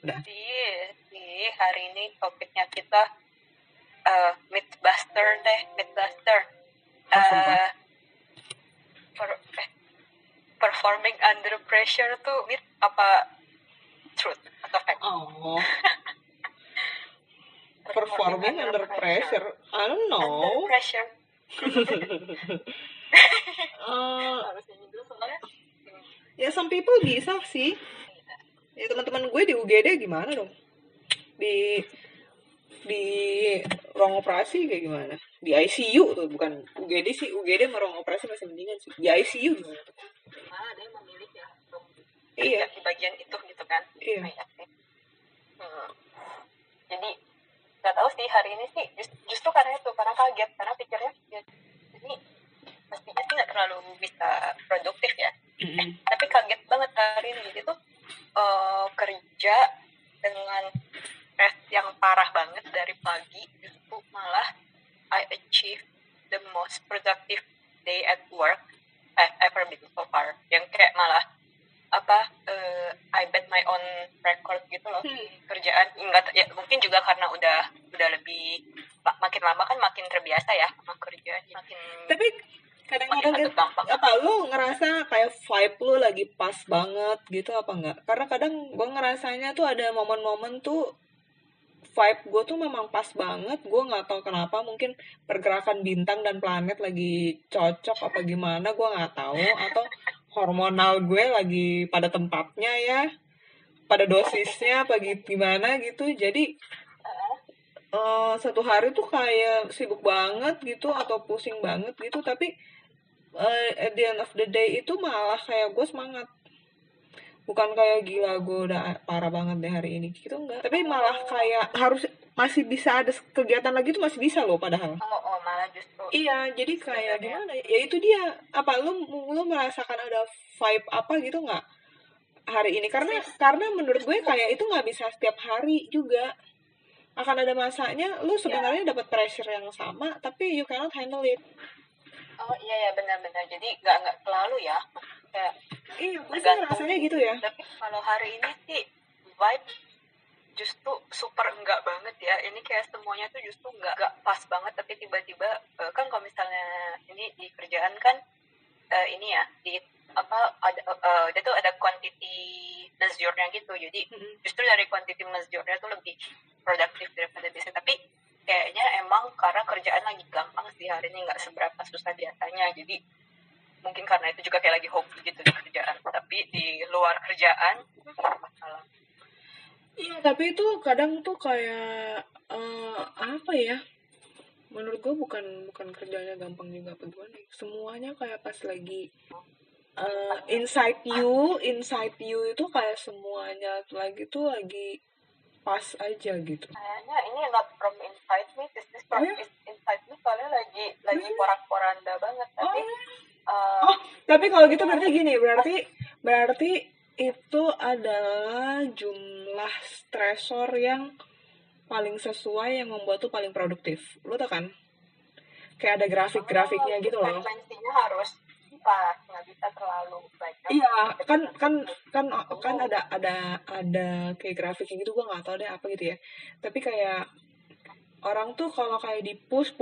Udah. Di hari ini topiknya kita Mythbuster deh, Mythbuster. Performing under pressure tuh myth apa truth atau fact? Oh. Performing under pressure. I don't know. Under pressure. Ya some people bisa sih. Ya teman-teman gue di UGD gimana dong? Di ruang operasi kayak gimana? Di ICU tuh, bukan UGD sih. UGD sama ruang operasi masih mendingan sih. Di ICU gimana tuh? Ada yang memilih ya iya. Di bagian itu gitu kan. Iya. Jadi nggak tahu sih hari ini sih justru karena itu, karena kaget, karena pikirnya ya, ini mestinya sih nggak terlalu bisa produktif ya. Tapi kaget banget hari ini. Jadi tuh kerja dengan stress yang parah banget dari pagi, justru malah I achieve the most productive day at work I've ever been so far. Yang kayak malah I bet my own record gitu loh kerjaan. Enggak ya, mungkin juga karena udah lebih makin lama kan makin terbiasa ya sama kerjaan, makin. Tapi kadang-kadang apa lu ngerasa kayak vibe lu lagi pas banget gitu apa enggak? Karena kadang gue ngerasanya tuh ada momen-momen tuh vibe gue tuh memang pas banget. Gue nggak tahu kenapa, mungkin pergerakan bintang dan planet lagi cocok apa gimana, gue nggak tahu, atau hormonal gue lagi pada tempatnya ya, pada dosisnya apa gimana gitu. Jadi satu hari tuh kayak sibuk banget gitu atau pusing banget gitu, tapi at the end of the day itu malah kayak gue semangat. Bukan kayak gila gue udah parah banget deh hari ini gitu, enggak. Tapi malah kayak harus masih bisa ada kegiatan lagi tuh, masih bisa loh padahal. Malah justru. Iya, jadi kayak gimana ya, itu dia. Apa lu merasakan ada vibe apa gitu nggak hari ini? Karena menurut gue kayak itu nggak bisa setiap hari juga. Akan ada masanya lu sebenarnya dapat pressure yang sama tapi you cannot handle it. Oh iya ya, benar-benar. Jadi nggak selalu ya. Kayak iya, pasti rasanya gitu ya. Tapi kalau hari ini sih vibe justru super enggak banget ya. Ini kayak semuanya tuh justru enggak pas banget, tapi tiba-tiba kan kalau misalnya ini di kerjaan kan ini ya di ada tuh ada quantity measure-nya gitu. Jadi justru dari quantity measure-nya tuh lebih produktif daripada biasanya. Tapi kayaknya emang karena kerjaan lagi gampang sih hari ini, nggak seberapa susah biasanya. Jadi mungkin karena itu juga kayak lagi hobi gitu di kerjaan. Tapi di luar kerjaan masalah. Iya, tapi itu kadang tuh kayak apa ya? Menurut gue bukan kerjanya gampang juga apa gimana. Semuanya kayak pas lagi inside you itu kayak semuanya lagi pas aja gitu. Kayaknya ini not from inside me, this is from inside me, soalnya lagi porak-poranda banget. Tapi tapi kalau gitu berarti gini, berarti itu adalah jumlah stresor yang paling sesuai, yang membuat tuh paling produktif. Lu tau kan? Kayak ada grafik-grafiknya gitu loh. Frekuensinya harus pas, nggak bisa terlalu banyak. Iya, kan ada kayak grafiknya gitu, gue nggak tahu deh apa gitu ya. Tapi kayak orang tuh kalau kayak di push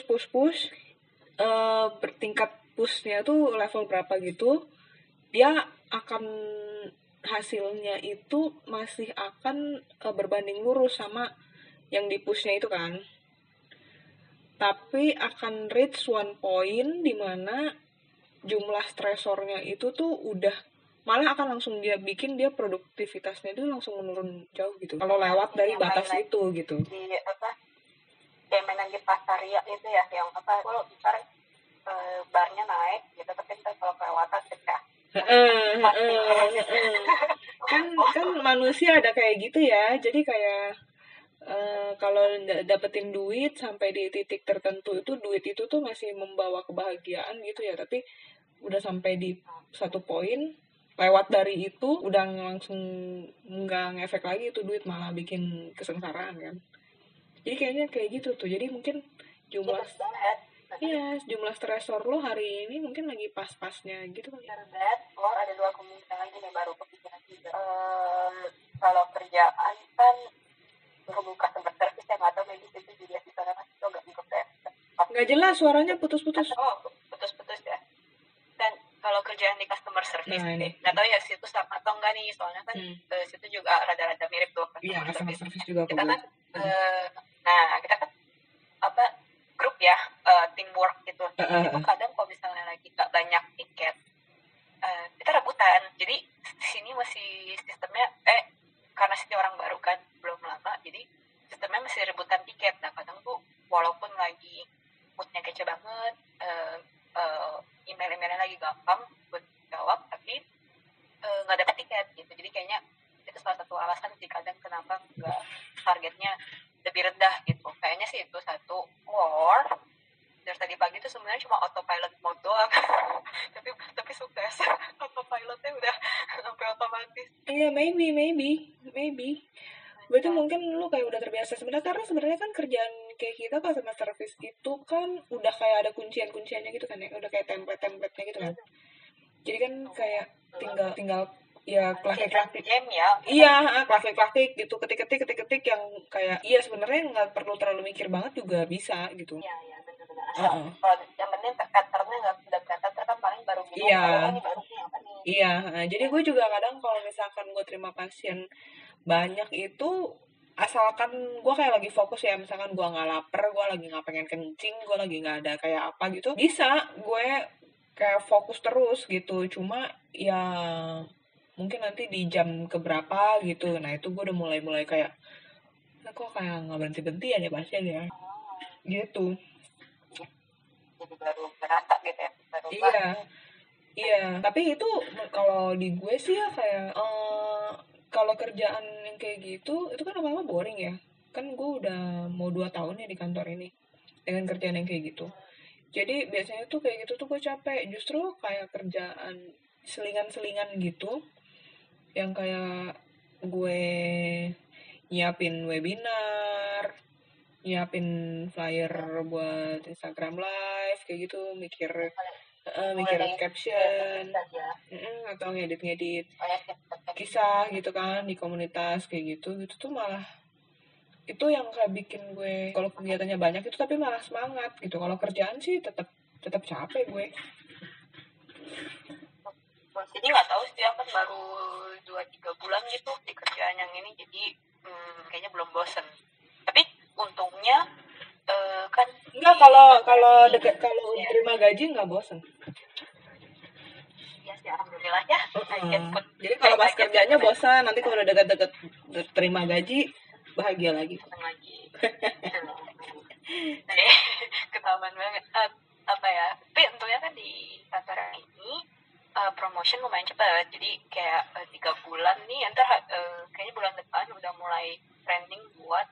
bertingkat pushnya tuh level berapa gitu, dia akan hasilnya itu masih akan berbanding lurus sama yang di pushnya itu kan. Tapi akan reach one point di mana jumlah stresornya itu tuh udah malah akan langsung dia bikin dia produktivitasnya itu langsung menurun jauh gitu. Kalau lewat dari batas itu gitu. Di kayak mainan di pasaria itu ya, yang kalau ntar barnya naik gitu, tapi ntar kalau kelewatan pecah. kan manusia ada kayak gitu ya. Jadi kayak kalau dapetin duit sampai di titik tertentu itu, duit itu tuh masih membawa kebahagiaan gitu ya, tapi udah sampai di satu poin, lewat dari itu udah langsung nggak ngefek lagi itu duit, malah bikin kesengsaraan kan. Jadi kayaknya kayak gitu tuh. Jadi mungkin jumlah stresor lo hari ini mungkin lagi pas-pasnya gitu kan. Ada dua kemungkinan lagi nih baru kepikiran juga. Kalau kerjaan Nggak jelas suaranya putus-putus. Oh, putus-putus ya. Dan kalau kerjaan di customer service, Nah, ini. nggak tahu ya situ sama atau enggak nih, soalnya kan situ juga rada-rada mirip tuh Iya, customer service juga kita gue. kan kita kan apa grup ya, teamwork gitu. Itu kadang kalau misalnya lagi nggak banyak tiket, kita rebutan. Jadi sini masih sistemnya karena sini orang baru kan, belum lama, jadi sistemnya masih rebutan tiket. Nah kadang tuh walaupun lagi moodnya kece banget, email-emailnya lagi gampang buat jawab, tapi nggak dapet tiket gitu. Jadi kayaknya itu salah satu alasan sih kadang kenapa nggak targetnya lebih rendah gitu. Kayaknya sih itu satu. Or dari tadi pagi tuh sebenarnya cuma autopilot mode doang. tapi sukses. Autopilotnya udah sampai otomatis. Iya, maybe. Berarti mungkin lu kayak udah terbiasa sebenarnya, karena sebenarnya kan kerjaan kayak kita customer service itu kan udah kayak ada kuncian-kunciannya gitu kan ya, udah kayak template-templatenya gitu kan. Jadi kan kayak tinggal ya klik ya. Iya, klik gitu, ketik yang kayak iya sebenarnya nggak perlu terlalu mikir banget juga bisa gitu. Iya benar-benar. Kalau yang penting patternnya nggak udah pattern kan paling baru bingung. Iya. Ini baru nih apa nih. Iya, jadi gue juga kadang kalau misalkan gue terima pasien banyak itu, asalkan gue kayak lagi fokus ya, misalkan gue nggak lapar, gue lagi nggak pengen kencing, gue lagi nggak ada kayak apa gitu, bisa gue kayak fokus terus gitu. Cuma ya mungkin nanti di jam keberapa gitu, nah itu gue udah mulai kayak kok kayak nggak berhenti ya pasien ya gitu. Jadi baru berasa gitu ya, baru Iya, tapi itu kalau di gue sih ya kayak kalau kerjaan yang kayak gitu itu kan lama-lama boring ya. Kan gue udah mau 2 tahun ya di kantor ini dengan kerjaan yang kayak gitu. Jadi biasanya tuh kayak gitu tuh gue capek. Justru kayak kerjaan selingan-selingan gitu yang kayak gue nyiapin webinar, nyiapin flyer buat Instagram live kayak gitu, mikir caption, atau ngedit kisah gitu kan di komunitas kayak gitu tuh malah itu yang kayak bikin gue kalau kegiatannya banyak itu tapi malah semangat gitu. Kalau kerjaan sih tetap capek gue. Jadi nggak tahu sih, kan baru 2-3 bulan gitu di kerjaan yang ini, jadi kayaknya belum bosen. Tapi untungnya kan enggak, kalau terima gaji nggak bosen. Ya sih, alhamdulillah ya. Jadi kalau pas kerjanya bosan, nanti kalau udah deket-deket terima gaji bahagia lagi. Ketahuan banget. Apa ya? Tapi untungnya kan di kantor ini promotion lumayan cepat. Jadi kayak 3 bulan nih, entar kayaknya bulan depan udah mulai trending buat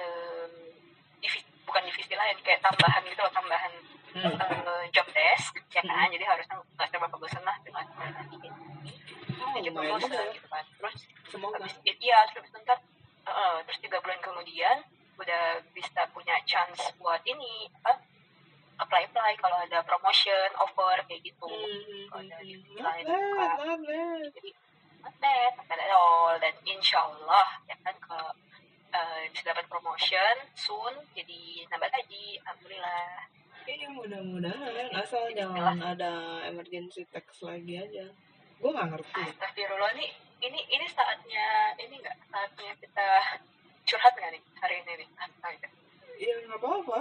bukan divisi lain, kayak tambahan gitu loh, tambahan job desk ya kan. Jadi harusnya nggak terlalu bosan lah dengan ini. Jadi bosan gitu kan. Terus terus bentar terus 3 bulan kemudian udah bisa punya chance buat ini apply kalau ada promotion offer kayak gitu. Kalau ada divisi lain jadi not bad at all. Dan insyaallah ya kan bisa dapat promotion soon, jadi nambah gaji, alhamdulillah. Iya, mudah-mudahan asal jangan ada emergency tax lagi aja. Gue nggak ngerti. Astagfirullah, ini saatnya saatnya kita curhat nggak nih hari ini nih? Iya, nggak apa-apa.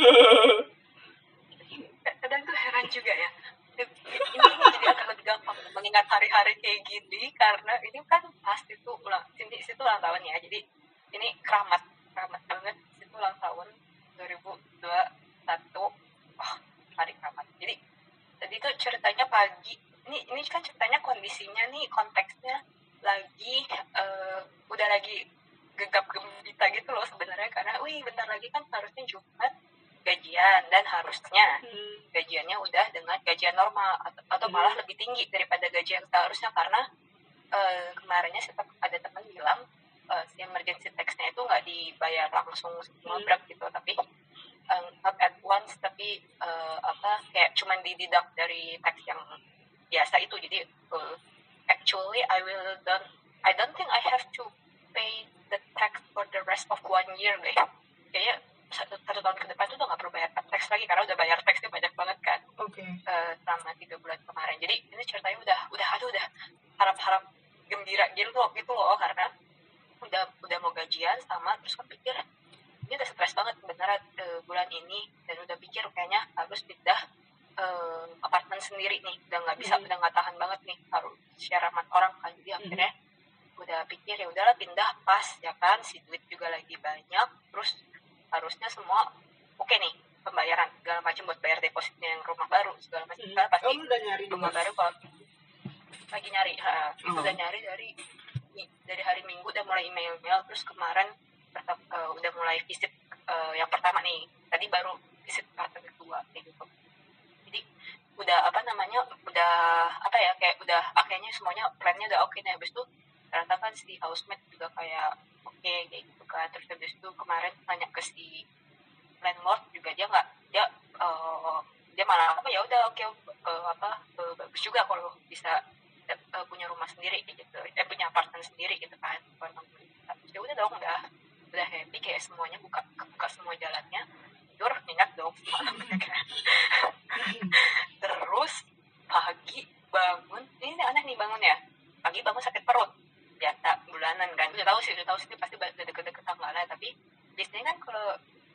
Kadang tuh heran juga ya. Ini jadi agak lebih gampang mengingat hari-hari kayak gini karena ini kan pasti tuh situ ulang tahun ya. Jadi ini keramat banget, situ ulang tahun 2021. Hari keramat. Jadi tadi tuh ceritanya pagi. Ini kan ceritanya kondisinya nih, konteksnya lagi udah lagi gegap gembita gitu loh sebenarnya, karena bentar lagi kan harusnya Jumat gajian, dan harusnya gajiannya udah dengan gajian normal atau malah lebih tinggi daripada gajian seharusnya, karena kemarinnya ada teman bilang si emergency tax-nya itu nggak dibayar langsung semua gitu, tapi not at once, tapi kayak cuman dideduct dari tax yang biasa itu. Jadi actually I don't think I have to pay the tax for the rest of 1 year deh. Kayaknya satu tahun ke depan tuh udah nggak perlu bayar tax lagi karena udah gitu loh, karena udah mau gajian sama, terus kan pikir ini udah stres banget beneran bulan ini, dan udah pikir kayaknya harus pindah apartemen sendiri nih, udah nggak bisa, udah nggak tahan banget nih harus share sama orang kan. Jadi akhirnya udah pikir ya udahlah pindah pas ya kan, si duit juga lagi banyak, terus harusnya semua oke nih, pembayaran segala macam buat bayar depositnya yang rumah baru segala macam. Karena pasti udah nyari rumah baru kalau lagi nyari, udah nyari dari hari Minggu, udah mulai email, terus kemarin udah mulai visit yang pertama nih, tadi baru visit partner kedua kayak gitu. Jadi udah udah kayak udah kayaknya semuanya plannya udah oke nih. Habis itu ternyata kan si housemate juga kayak oke kayak gitu kan. Terus habis itu kemarin nanya ke si landlord juga, dia malah ya udah oke, bagus juga kalau bisa punya rumah sendiri gitu, punya apartemen sendiri gitu kan. Ya udah dong, udah happy, kayak semuanya buka semua jalannya, tidur nyenyak dong malamnya kan. Terus pagi bangun, ini aneh nih bangun ya, pagi bangun sakit perut, biasa bulanan kan. Udah tahu sih pasti udah deket-deket tanggalan, tapi biasanya kan kalau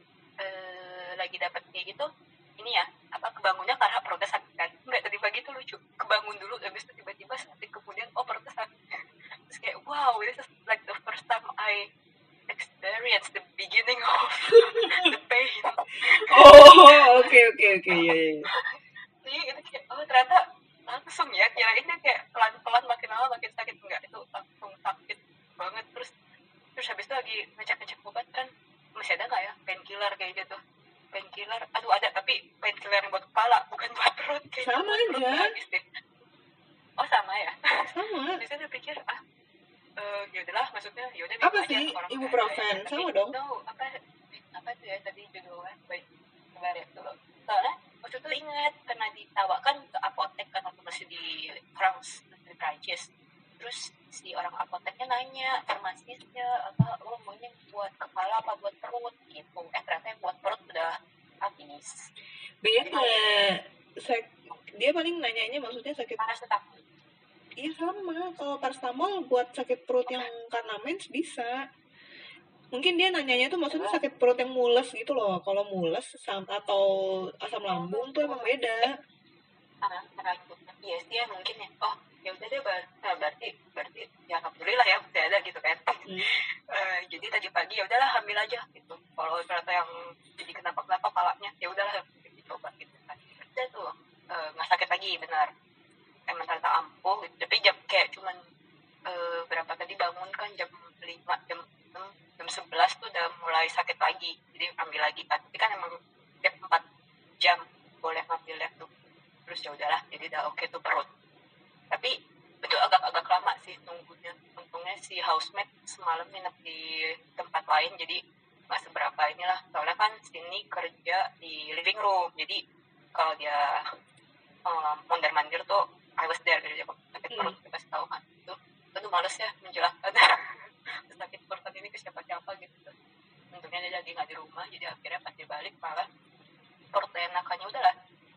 lagi dapat kayak gitu, ini ya kebangunnya karena perutnya sakit kan. Enggak, tadi pagi tuh lucu, kebangun dulu habis itu tiba-tiba sakit, kemudian perutnya sakit. Terus kayak wow, this is like the first time I experience the beginning of the pain. Oke, iya. Jadi itu kayak ternyata langsung ya, kirainnya kayak pelan-pelan makin lama makin sakit. Enggak, itu langsung sakit banget. Terus habis itu lagi ngecek obat kan, masih ada nggak ya painkiller kayak gitu. Painkiller, aduh ada, tapi painkiller yang buat kepala, bukan buat perut. Kayaknya sama buat aja. perut habis deh. Oh sama ya. Sama. Biasanya saya pikir ya udahlah, maksudnya ya udah apa aja sih orang ibuprofen ya, sama dong. No, apa tuh ya tadi judulnya, baik sebentar ya dulu. Soalnya waktu itu ingat pernah ditawakan ke apotek kan, waktu masih di France, di Prancis. Terus si orang apoteknya nanya farmasisnya, lo maunya buat kepala apa buat perut gitu. Ternyata yang buat perut udah habis. Beda. Dia paling nanyanya maksudnya sakit paracetamol. Iya sama, kalau paracetamol buat sakit perut yang karena mens bisa. Mungkin dia nanyanya tuh maksudnya sakit perut yang mules gitu loh. Kalau mules atau asam lambung tuh emang beda. Iya sih ya, mungkin ya. Oh ya udah deh, berarti ya alhamdulillah ya udah ada gitu kan. Jadi tadi pagi ya udahlah ambil aja gitu. Kalau ternyata yang jadi kenapa palanya, ya udahlah dicoba gitu kan. Udah tuh nggak sakit lagi benar. Emang ternyata ampuh gitu. Tapi jam kayak cuman berapa tadi bangun kan jam 5, jam 11 tuh udah mulai sakit lagi. Jadi ambil lagi kan. Tapi kan emang tiap 4 jam boleh ngambilnya tuh. Terus ya udahlah, jadi udah oke tuh perut. Tapi itu agak lama sih nunggunya. Untungnya si housemate semalam nginep di tempat lain, jadi nggak seberapa inilah. Soalnya kan sini kerja di living room, jadi kalau dia mondar-mandir tuh I was there gitu. Sakit perut kita kasih tahu kan, itu males ya menjelaskan sakit perut ini ke siapa-siapa gitu. Untungnya dia lagi nggak di rumah, jadi akhirnya pas dia balik malah perut enakannya udahlah.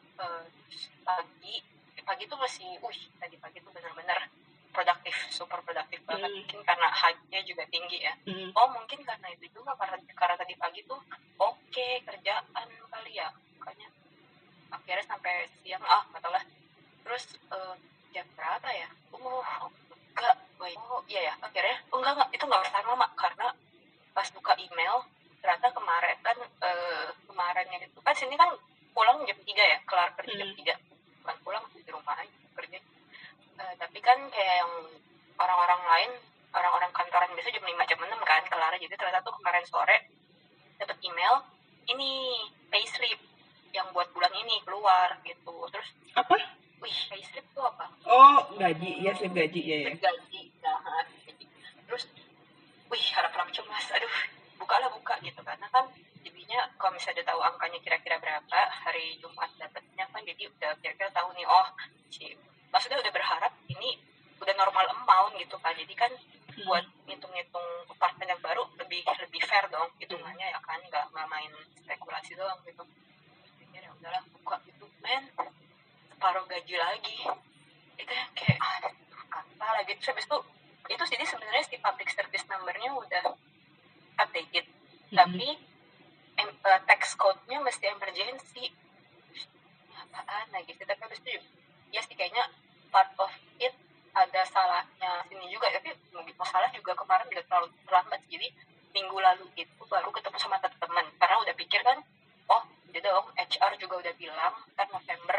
Pagi tuh masih tadi pagi tuh benar-benar produktif, super produktif banget. Mungkin karena hype-nya juga tinggi ya. Mungkin karena itu juga, karena tadi pagi tuh oke, kerjaan kali ya, makanya akhirnya sampai siang nggak tahu lah. Terus jam berapa ya, iya ya, akhirnya enggak, itu nggak bertahan lama, karena pas buka email ternyata kemarinnya itu kan sini kan pulang jam 3 ya, kelar kerja jam 3, bukan pulang di rumah aja kerja. Tapi kan kayak yang orang-orang kantoran biasa jam 5 jam 6 kan kelar. Jadi ternyata tuh kemarin sore dapat email ini payslip yang buat bulan ini keluar gitu. Terus apa? Payslip tuh apa? Gaji, ya slip gaji ya. Slip gaji. Terus harap-harap cemas, buka gitu, karena kan jadinya kalau misalnya udah tahu angkanya kira-kira berapa hari Jumat dapatnya kan, jadi udah kira-kira tahu nih, maksudnya udah berharap ini udah normal amount gitu kan. Jadi kan buat ngitung-ngitung apartemen yang baru lebih fair dong hitungannya ya kan, nggak main spekulasi doang gitu. Jadi ya udahlah buka gitu, separuh gaji lagi. Itu kayak apa lagi. Terus habis itu itu sih sebenarnya si public service number-nya udah updated, tapi text code-nya mesti emergency. Apaan lagi sih, tapi habis itu ya sih kayaknya part of it ada salahnya sini juga, tapi masalah juga kemarin udah terlalu terlambat, jadi minggu lalu itu baru ketemu sama teman karena udah pikir kan, oh udah dong, HR juga udah bilang kan November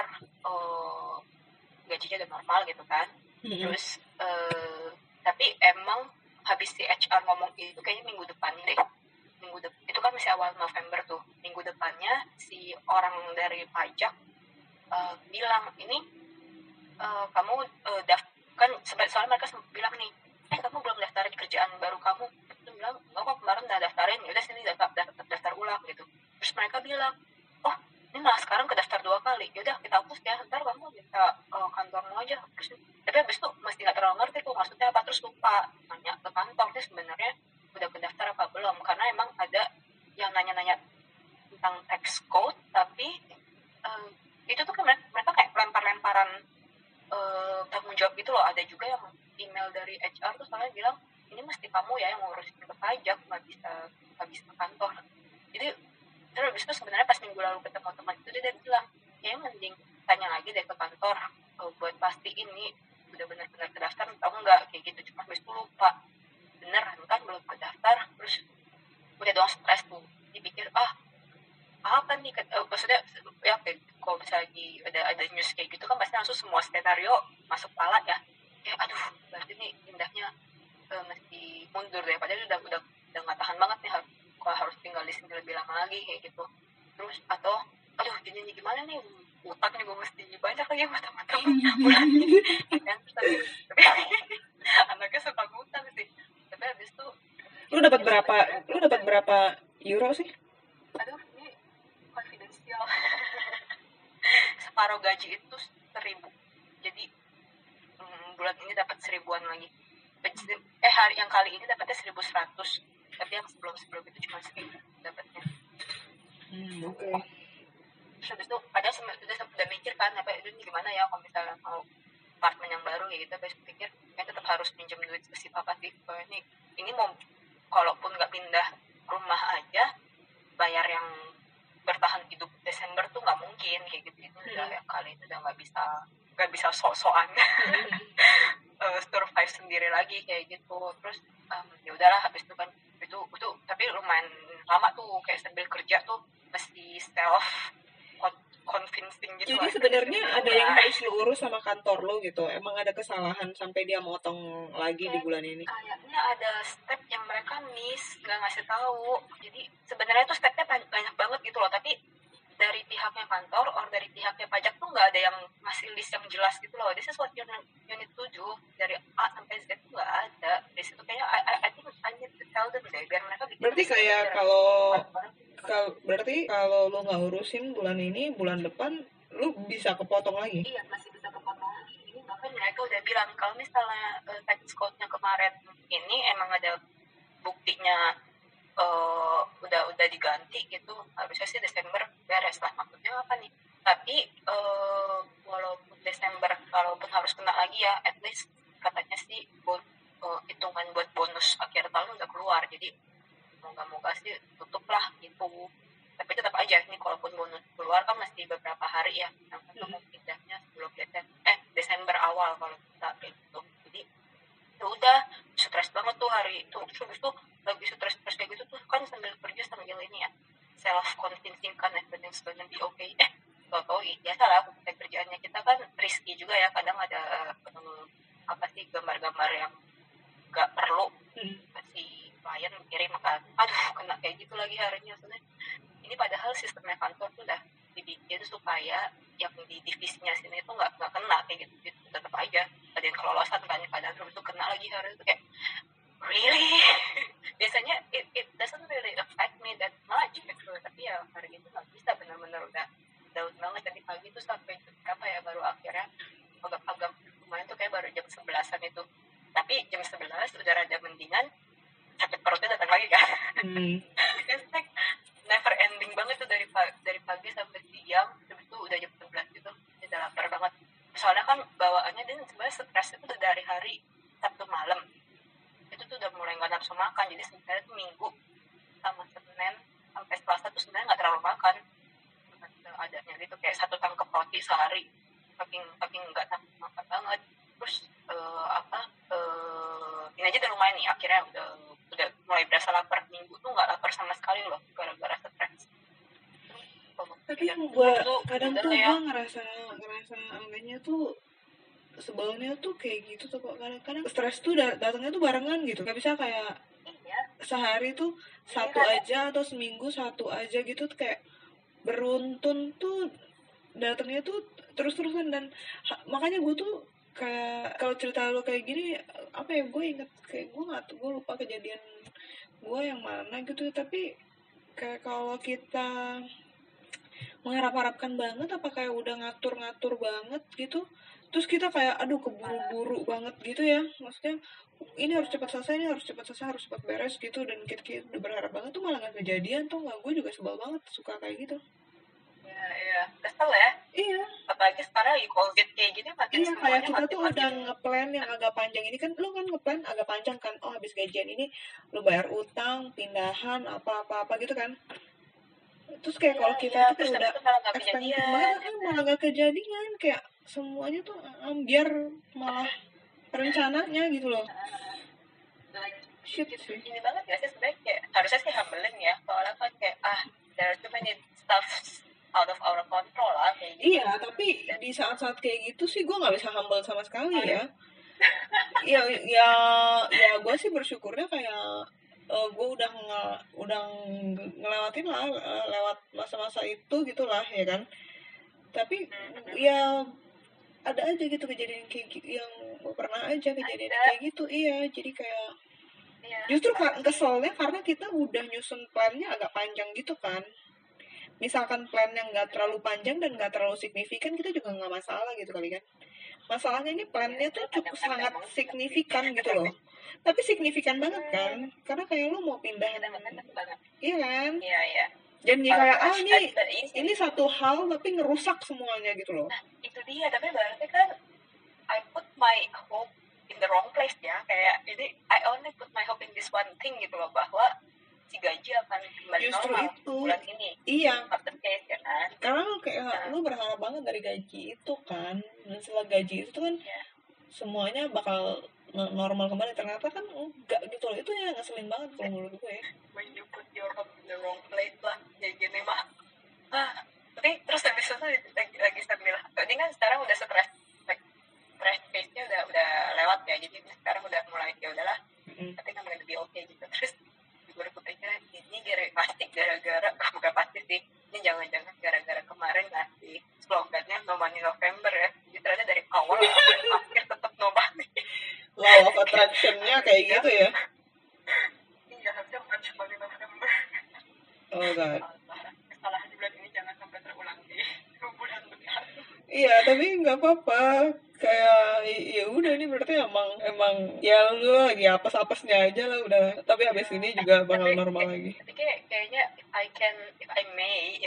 gajinya udah normal gitu kan. Terus tapi emang habis si HR ngomong itu kayaknya minggu depannya deh, itu kan masih awal November tuh, minggu depannya si orang dari pajak bilang ini kamu kan soalnya mereka bilang nih, kamu belum daftarin kerjaan baru kamu. Terus bilang, oh kok kemarin udah daftarin, yaudah sini daftar ulang gitu. Terus mereka bilang, oh ini malah sekarang kedaftar 2 kali, yaudah kita hapus ya, ntar kamu minta kantormu aja. Terus tapi habis itu masih nggak terlalu ngerti tuh maksudnya apa, terus lupa nanya ke kantor sih sebenarnya udah kedaftar apa belum, karena emang ada yang nanya-nanya tentang tax code, tapi itu tuh kan mereka kayak lempar-lemparan tanggung jawab gitu loh. Ada juga yang email dari HR tuh soalnya bilang ini mesti kamu ya yang ngurusin ke pajak, nggak bisa ke kantor. Jadi terus habis itu sebenarnya pas minggu lalu ketemu teman itu dia bilang kayaknya mending tanya lagi deh ke kantor buat pasti ini udah benar-benar terdaftar atau enggak kayak gitu. Cuma habis itu lupa beneran kan belum terdaftar, terus udah dong stres tuh, dipikir apa nih maksudnya ya kayak kalau misalnya ada news kayak gitu kan pasti langsung semua skenario masuk kepala ya, aduh berarti nih indahnya mesti mundur deh, padahal udah nggak tahan banget nih, harus tinggal di sini lebih lama lagi kayak gitu. Terus atau aduh ini gimana nih, utang nih gue mesti banyak lagi sama teman-teman bulan ini kan. Tapi anaknya suka ngutang sih, tapi habis itu lu dapat berapa euro sih? Aduh ini konfidensial. Separuh gaji itu 1.000, jadi bulan ini dapat 1.000-an lagi. Hari yang kali ini dapatnya 1.100, tapi yang sebelum itu cuma 1.000 dapatnya. Oke. Terus habis itu ada udah mikir kan apa ini gimana ya kalau misalnya mau apartemen yang baru ya gitu, tapi pikir tetap harus pinjam duit ke si papa sih. Ini mau kalaupun nggak pindah rumah aja bayar yang bertahan hidup Desember tuh nggak mungkin kayak gitu. Udah yang kali itu udah nggak bisa sok-sokan survive sendiri lagi kayak gitu. Terus ya udahlah habis itu kan itu tapi lumayan lama tuh kayak sambil kerja tuh mesti self convincing gitu. Jadi sebenarnya ada yang harus lu urus sama kantor lo gitu, emang ada kesalahan sampai dia motong lagi di bulan ini? Kayaknya ada step yang mereka miss, nggak ngasih tahu. Jadi sebenarnya tuh stepnya banyak banget gitu loh, tapi dari pihaknya kantor or dari pihaknya pajak tuh nggak ada yang ngasih list yang jelas gitu loh. This is what you need to do, dari A sampai Z tuh nggak ada. Di situ kayaknya I think I need to tell them deh biar mereka bikin. Berarti kayak kalau lo nggak urusin bulan ini, bulan depan lu bisa kepotong lagi? Iya, masih bisa kepotong lagi. Ini bahkan mereka udah bilang kalau misalnya tax code-nya kemarin ini emang ada buktinya udah diganti gitu, harusnya sih Desember beres lah. Maksudnya apa nih? Tapi walaupun Desember kalaupun harus kena lagi ya, at least katanya sih hitungan buat bonus akhir tahun udah keluar, jadi moga-moga sih tutup lah gitu. Tapi tetap aja nih kalaupun bonus keluar kan masih beberapa hari ya, sampai mau pindahnya sebelum Desember awal kalau kita kayak gitu. Jadi ya udah stres banget tuh hari itu. Terus tuh lagi stres kayak gitu tuh kan sambil kerja sambil ini ya self convincing kan everything's gonna be okay. Tau biasa lah kerjaannya kita kan risky juga ya, kadang ada apa sih gambar-gambar yang nggak perlu si klien kirim kan, aduh kena kayak gitu lagi harinya. Sebenarnya ini padahal sistemnya kantor tuh udah dibikin supaya yang di divisinya sini itu nggak kena kayak gitu, tetap aja ada yang kelolosan kan kadang, terus itu kena lagi hari itu kayak really. Biasanya it doesn't really affect me that much gitu, tapi ya hari itu nggak bisa, benar-benar udah down banget dari pagi tuh sampai berapa ya baru akhirnya agak lumayan tuh kayak baru jam 11-an itu, tapi jam 11 udah rada mendingan, sakit perutnya datang lagi kan. It's like never ending banget tuh dari pagi sampai siang, terus itu udah jam 11 gitu, udah lapar banget. Soalnya kan bawaannya dan sebenarnya stres itu udah dari hari Sabtu malam, udah mulai nggak nafsu makan. Jadi sebenarnya tuh Minggu sama Senin sampai Selasa tuh sebenarnya nggak terlalu makan, adanya gitu kayak 1 tangkap roti sehari, saking nggak nafsu makan banget. Terus ini aja udah lumayan nih, akhirnya udah mulai berasa lapar. Minggu tuh nggak lapar sama sekali loh, gara-gara stres. Tapi yang gue kadang tuh gue ngerasa anehnya tuh, sebelumnya tuh kayak gitu tuh kok, kadang-kadang stres tuh datangnya tuh barengan gitu, nggak bisa kayak sehari tuh satu aja atau seminggu satu aja gitu, tuh kayak beruntun tuh datangnya tuh terus-terusan. Dan makanya gue tuh kayak kalau cerita lo kayak gini, apa ya, gue inget kayak gue lupa kejadian gue yang mana gitu. Tapi kayak kalau kita mengharap-harapkan banget, apa kayak udah ngatur-ngatur banget gitu, terus kita kayak aduh keburu-buru banget gitu ya, maksudnya ini harus cepat selesai, ini harus cepat selesai, harus cepat beres gitu, dan kita udah berharap banget tuh malah nggak kejadian tuh. Nggak, gue juga sebel banget suka kayak gitu. Iya, kesel ya. Iya. Apalagi sekarang lagi COVID kayak gini makin iya, kayak kita tuh udah ngeplan yang agak panjang. Ini kan lu kan ngeplan agak panjang kan, oh habis gajian ini lu bayar utang, pindahan, apa-apa gitu kan. Terus kayak kalau kita tuh kayak udah expensive banget kan malah gak kejadian, kayak semuanya tuh biar malah rencananya gitu loh. Shit sih. Ini banget gak sih sebenarnya, kayak harusnya sih humbling ya, soalnya kan kayak there are too many stuff out of our control lah kayak gitu. Iya, tapi di saat-saat kayak gitu sih gue nggak bisa humble sama sekali ya. ya gue sih bersyukurnya kayak gue udah ngelewatin lah, lewat masa-masa itu gitulah ya kan. Tapi ya ada aja gitu kejadian kayak yang pernah aja kejadian kayak gitu. Iya, jadi kayak justru keselnya karena kita udah nyusun plannya agak panjang gitu kan. Misalkan plan yang nggak terlalu panjang dan nggak terlalu signifikan, kita juga nggak masalah gitu kali kan. Masalahnya ini plannya tuh cukup sangat signifikan gitu loh. Tapi signifikan banget kan, karena kayak lu mau pindah, iya kan? Iya. Dan kayak ini satu hal tapi ngerusak semuanya gitu loh. Nah itu dia, tapi berarti kan I put my hope in the wrong place ya. Kayak ini I only put my hope in this one thing gitu loh, bahwa si gaji akan kembali justru normal itu bulan ini. Iya, case, ya kan? Karena lu kayak lu berharap banget dari gaji itu kan, dan setelah gaji itu kan semuanya bakal normal kembali. Ternyata kan enggak gitu loh. Itu yang ngeselin banget kalau menurut gue. When you put your hope in the wrong place lah, kayak gini mah. Tapi terus habis itu lagi sambil, ini kan sekarang udah stress phase-nya udah lewat ya, jadi sekarang udah mulai ya udahlah, tapi kan udah lebih oke gitu. Terus gue pikir ini gara-gara bukan pasti sih, ini jangan-jangan gara-gara kemarin ngasih slogannya No Money November ya, jadi ternyata dari awal sampai akhir tetap no money. Law of attraction-nya kayak gitu ya. Iya, harusnya March Money November. Oh god. Kesalahan bulan ini jangan sampai terulang di bulan depan. Iya, tapi nggak apa-apa. Kayak ya udah, ini berarti emang ya lu lagi apes-apesnya aja lah udah. Tapi habis ini juga bakal normal lagi. Tapi kayaknya if I may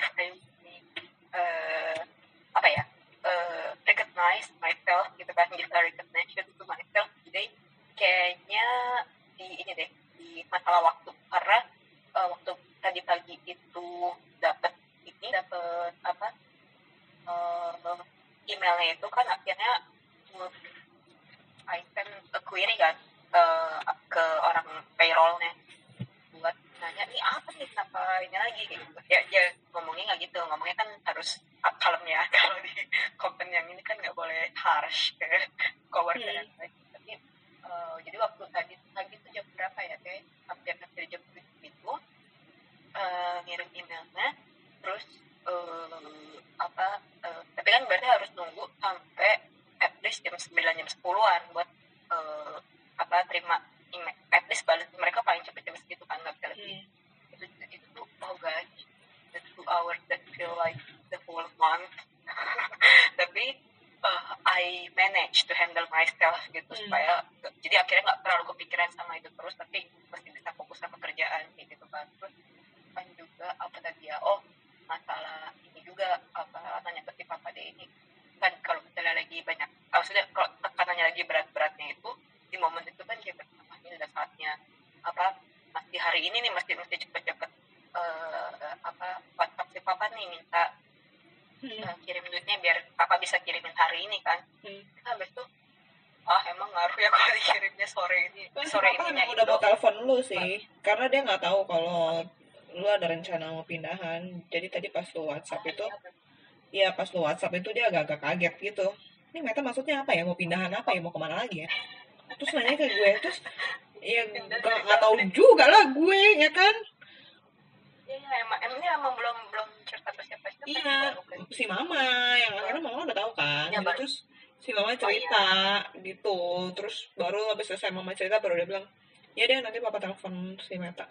recognize myself gitu kan, give a recognition to myself. Jadi kayaknya di masalah waktu, karena waktu tadi pagi itu dapat emailnya itu kan, akhirnya I send a query kan ke orang payrollnya buat nanya ini apa nih, kenapa ini lagi gitu. Ya ngomongnya nggak gitu, ngomongnya kan harus kalem ya. Kalau di company yang ini kan nggak boleh harsh ke coworker yang lain. Tapi jadi waktu tadi tuh jam berapa ya, kayak hampir jam 7 itu ngirim emailnya. Terus tapi kan berarti harus nunggu sampai at least jam 9 jam 10-an buat terima email. At least balas mereka paling cepat jam segitu kan, nggak bisa lebih. Itu tuh guys, the 2 hours that feel like the whole month. Tapi I manage to handle myself gitu, supaya jadi akhirnya nggak terlalu kepikiran sama itu terus, tapi masih bisa fokus sama kerjaan gitu kan. Terus kan juga masalah ini juga tanya ke si papa deh, ini kan kalau misalnya lagi banyak, maksudnya kalau tekanannya lagi berat-beratnya itu, di momen itu kan kayak ini udah saatnya hari ini nih mesti cepet-cepet WhatsApp si papa nih minta kirim duitnya biar papa bisa kirimin hari ini kan. Habis itu emang ngaruh ya kalau dikirimnya sore ininya udah mau telepon lu sih, karena dia nggak tahu kalau lu ada rencana mau pindahan. Jadi tadi pas lu WhatsApp itu, ya pas lu WhatsApp itu dia agak-agak kaget gitu. Ini Meta maksudnya apa ya, mau pindahan apa ya, mau kemana lagi ya? Terus nanya ke gue, terus ya nggak tahu juga lah gue, ya kan? Iya, emang belum cerita ke siapa. Iya, si mama yang akhirnya mama udah tahu kan. Ya, terus si mama cerita gitu, terus baru habis selesai mama cerita baru dia bilang, ya deh nanti papa telepon si Meta.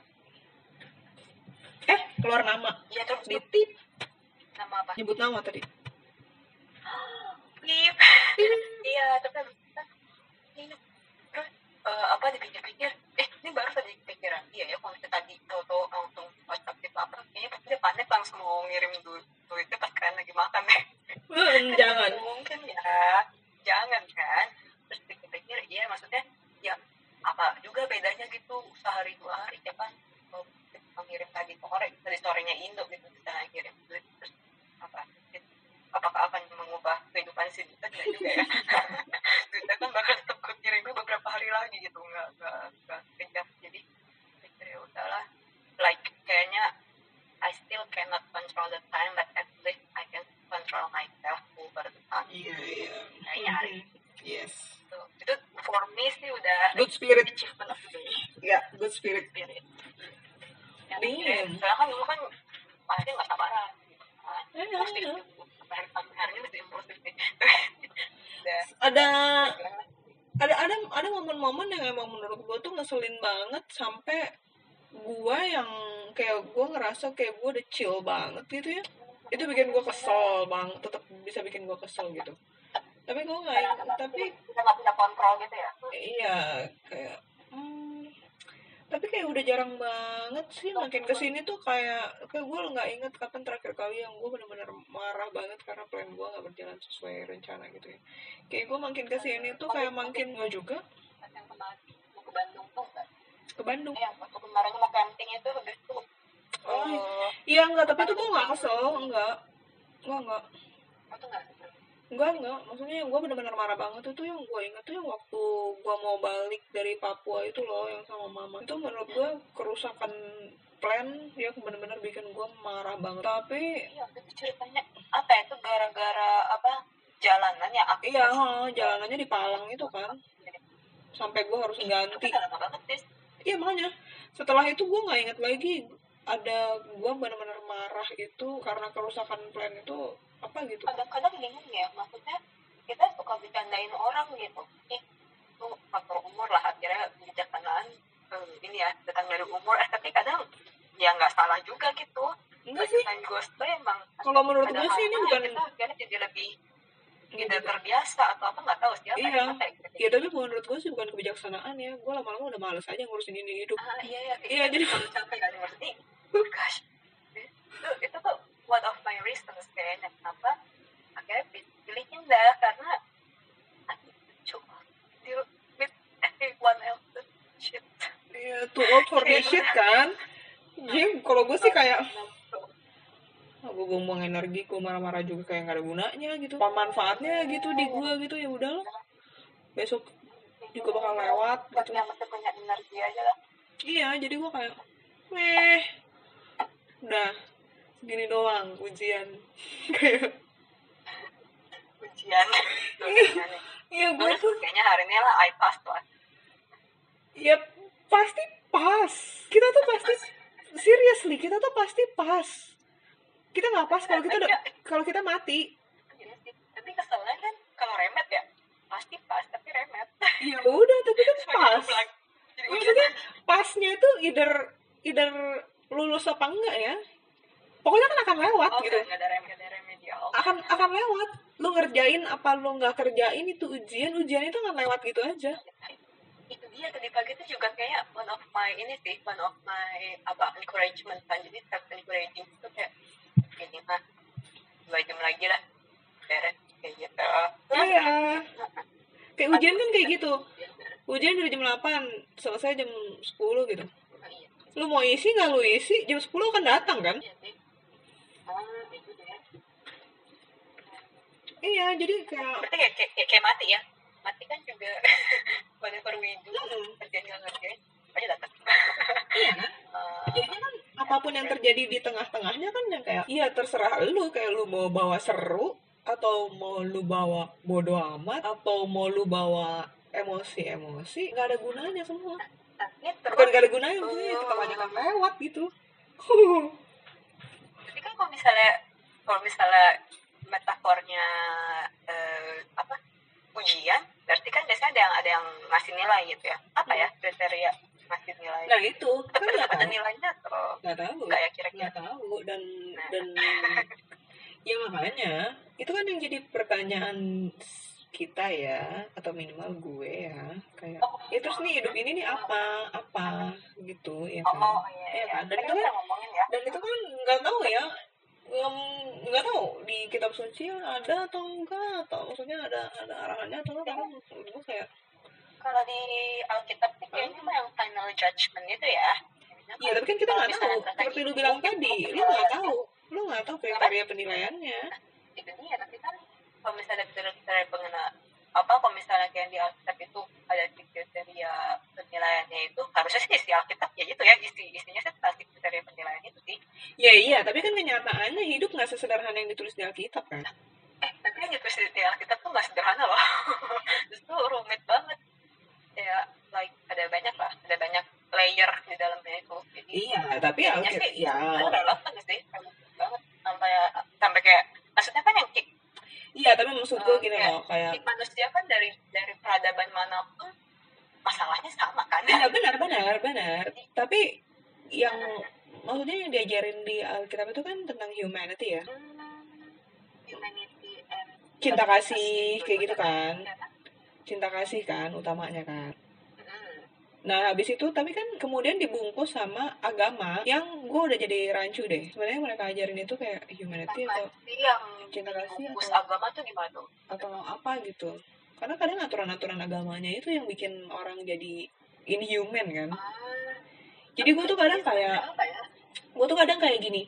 Keluar nama. Iya, terus ditip. Nama apa? Nyebut nama tadi. Tip. Iya, tapi terus dipikir-pikir, ini baru tadi pikiran. Iya ya, kalau misalnya tadi tahu langsung WhatsApp tip apa, kayaknya pasti dia panik langsung mau ngirim duitnya pas kalian lagi makan deh. Jangan. Mungkin ya, jangan kan. Terus pikir-pikir, iya maksudnya, ya apa juga bedanya gitu, sehari 2 hari ya kan. Mengirim tadi sorenya Indo gitu, bisa ngirim duit, terus apakah akan mengubah kehidupan si Duta? Tidak juga ya. Duta kan bakal tetap kirimnya beberapa hari lagi gitu, nggak kejam. Jadi pikir ya udahlah, like kayaknya I still cannot control the time, but at least I can control myself over the time. Iya. Kayaknya hari yes. Itu for me sih udah good spirit achievement of the day. Ya, good spirit. Soalnya kan dulu kan pasti nggak sabaran. Hari ini masih impulsif nih. Ada momen-momen yang emang menurut gue tuh ngeselin banget, sampai gue yang kayak gue ngerasa kayak gue udah chill banget gitu ya, itu bikin gue kesel banget, tetap bisa bikin gue kesel gitu. Tapi gue nggak bisa kontrol gitu ya. Iya, kayak tapi kayak udah jarang banget sih. Makin kesini tuh kayak gue nggak inget kapan terakhir kali yang gue benar-benar marah banget karena plan gue nggak berjalan sesuai rencana gitu ya. Kayak gue makin kesini tuh kayak makin gue juga. Yang kemarin mau ke Bandung tuh nggak? Ke Bandung? Waktu kemarin mau camping itu habis itu. Iya enggak, tapi itu gue nggak kesel, enggak. Enggak, maksudnya yang gue benar-benar marah banget itu yang gue ingat tuh yang waktu gue mau balik dari Papua itu loh, yang sama mama. Itu menurut gue kerusakan plan, ya benar-benar bikin gue marah banget. Tapi iya, itu ceritanya apa itu gara-gara jalanannya akses. Iya, jalanannya di Palang itu kan. Sampai gue harus ganti. Iya, makanya setelah itu gue nggak ingat lagi ada gue benar-benar marah itu karena kerusakan plan itu apa gitu. Kadang-kadang bingung ya, maksudnya kita suka bercandain orang gitu, itu faktor umur lah, akhirnya bijaksanaan ini ya datang dari umur, tapi kadang ya nggak salah juga gitu. Enggak sih, emang kalau menurut gue sih ini bukan, kita akhirnya jadi lebih tidak terbiasa atau apa, nggak tahu siapa yang iya, tapi menurut gue sih bukan kebijaksanaan ya, gue lama-lama udah males aja ngurusin ini hidup. Iya, jadi kalau capek kan ngurusin gosh, itu tuh one of my reasons kayaknya kenapa akhirnya pilih Indah, karena coba deal with everyone else's shit. Iya, too old for this shit kan. Jadi kalau gue sih kayak gue buang energi, gue marah-marah juga kayak gak ada gunanya gitu. Apa manfaatnya gitu di gue gitu, ya udah loh. Besok juga bakal lewat gitu. Yang masih punya energi aja lah. Iya, jadi gue kayak udah segini doang ujian. Kayak ujian. Iya, gue tuh kayaknya hari ini lah I pass lah. Ya pasti pas. Kita tuh pasti seriously, kita tuh pasti pas. Kita nggak pas kalau kita mati. Tapi keselnya kan kalau remet ya pasti pas, tapi remet. Ya udah, tapi kan pas. Maksudnya pasnya itu either lulus apa enggak ya. Pokoknya kan akan lewat gitu. Nggak ada remedial. Akan lewat. Lu ngerjain apa lu nggak kerjain itu ujian itu akan lewat gitu aja. Itu dia, tadi pagi itu juga kayak one of my encouragement kan, jadi self encouraging itu kayak gini mah 2 jam lagi lah beres kayak gitu. Iya. Kayak ujian kan kayak gitu. Ujian dari jam 8 selesai jam 10 gitu. Lu mau isi nggak lu isi, jam 10 akan datang kan? Iya sih. Itu deh. Iya, jadi kayak Berarti kayak mati ya. Mati kan juga whatever we do, kerjaan nggak ngerjain, aja datang. iya kan? Jadinya kan apapun yang terjadi di tengah-tengahnya kan yang kayak iya terserah lu, kayak lu mau bawa seru atau mau lu bawa bodo amat atau mau lu bawa emosi nggak ada gunanya semua. Tapi Bukan terus gak ada gunanya, maksudnya tetap aja akan lewat gitu. jadi kan kalau misalnya metafornya apa ujian, berarti kan biasanya ada yang ngasih nilai gitu ya. Apa ya kriteria ngasih nilai? Nah itu Tapi kan tetap ada nilainya atau nggak tahu, nggak ya kira-kira? nggak tahu dan ya makanya itu kan yang jadi pertanyaan kita ya, atau minimal gue ya, kayak ya terus nih hidup ini nih apa gitu ya kan. Iya kan dan kan itu kan ngomongin ya. dan itu kan nggak tahu ya, nggak tahu di kitab suci ada atau enggak, atau maksudnya ada arahannya atau enggak. Karena menurut gue kayak kalau di Alkitab sih kayaknya mah yang final judgment itu ya. iya, tapi kan kita nggak tahu seperti lu bilang tadi, lu nggak tahu kriteria penilaiannya. Itu dia, tapi kan kalau misalnya kriteria kalau misalnya kayak di Alkitab itu ada kriteria penilaiannya, itu harusnya sih isi Alkitab ya gitu ya, isinya sih pasti kriteria penilaian itu sih. Ya iya, tapi kan kenyataannya hidup nggak sesederhana yang ditulis di Alkitab kan. Tapi yang ditulis di Alkitab tuh nggak sederhana loh. Justru rumit banget ya, ada banyak layer di dalamnya itu. Jadi iya, tapi Alkitab ya relevan sih banget sampai kayak maksudnya kan yang iya, tapi maksud gue gini loh, kayak manusia kan dari peradaban manapun masalahnya sama kan. iya benar. Tapi yang maksudnya yang diajarin di Alkitab itu kan tentang humanity ya, Humanity and cinta kasih kayak gitu kan, cinta kasih kan utamanya kan. Nah habis itu tapi kan kemudian dibungkus sama agama yang gue udah jadi rancu deh. Sebenarnya mereka ajarin itu kayak humanity atau yang cinta kasih bungkus atau agama tuh gimana tuh? Atau apa gitu. Karena kadang aturan-aturan agamanya itu yang bikin orang jadi inhuman kan. Jadi gue tuh kadang kayak gini.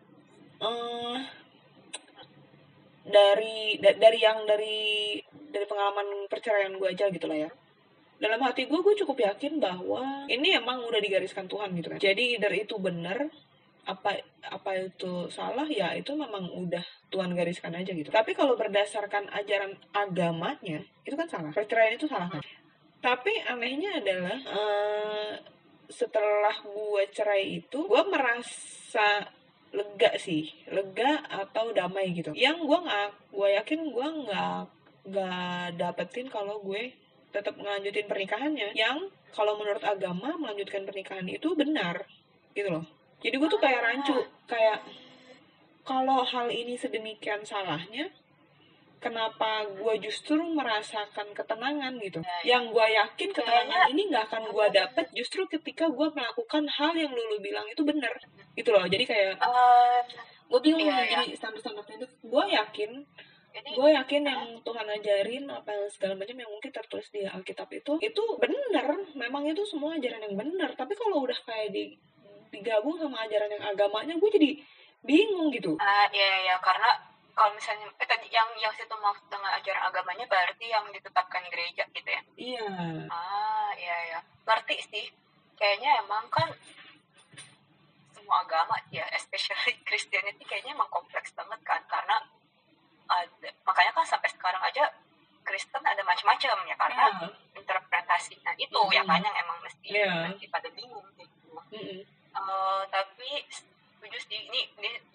Dari pengalaman perceraian gue aja gitu lah ya. Dalam hati gue cukup yakin bahwa ini emang udah digariskan Tuhan gitu kan. Jadi either itu benar, apa itu salah, ya itu memang udah Tuhan gariskan aja gitu. Tapi kalau berdasarkan ajaran agamanya, itu kan salah. Perceraian itu salah kan. Tapi anehnya adalah setelah gue cerai itu, gue merasa lega atau damai gitu. Yang gue yakin gue nggak dapetin kalau gue tetap ngelanjutin pernikahannya. Yang kalau menurut agama melanjutkan pernikahan itu benar gitu loh. Jadi gue tuh kayak rancu, kayak kalau hal ini sedemikian salahnya, kenapa gue justru merasakan ketenangan gitu. Yang gue yakin ketenangan ini nggak akan gue dapet justru ketika gue melakukan hal yang lu bilang itu benar gitu loh. Jadi kayak gue bingung jadi standar-standarnya itu. Gue yakin yang Tuhan ajarin apa segala macam yang mungkin tertulis di Alkitab itu benar, memang itu semua ajaran yang benar. Tapi kalau udah kayak digabung sama ajaran yang agamanya, gue jadi bingung gitu. Iya, karena kalau misalnya tadi yang situ maksud dengan ajaran agamanya berarti yang ditetapkan gereja gitu ya. Iya. Iya. Ngerti sih. Kayaknya emang kan semua agama ya, especially Christianity kayaknya emang kompleks banget kan, karena makanya kan sampai sekarang aja Kristen ada macam-macam ya, karena interpretasinya itu ya kan yang emang mesti pada bingung gitu. Tapi setuju sih, ini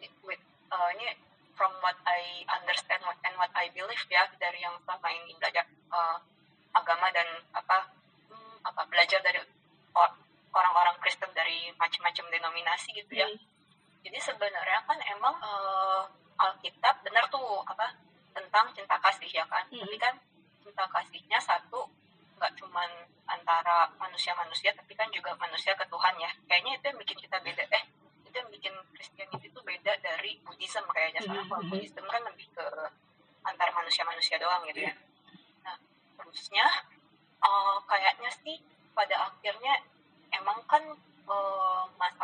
from what I understand and what I believe ya, dari yang selama ini belajar agama dan belajar dari orang-orang Kristen dari macam-macam denominasi gitu ya. Jadi sebenarnya kan emang Alkitab benar tuh tentang cinta kasih ya kan. Tapi kan cinta kasihnya satu, nggak cuman antara manusia-manusia, tapi kan juga manusia ke Tuhan ya. Kayaknya itu yang bikin kita beda. Itu yang bikin Christianity itu beda dari Buddhism kayaknya. Soalnya kalau Buddhism kan lebih ke antar manusia-manusia doang gitu ya. Nah, terusnya kayaknya sih pada akhirnya emang kan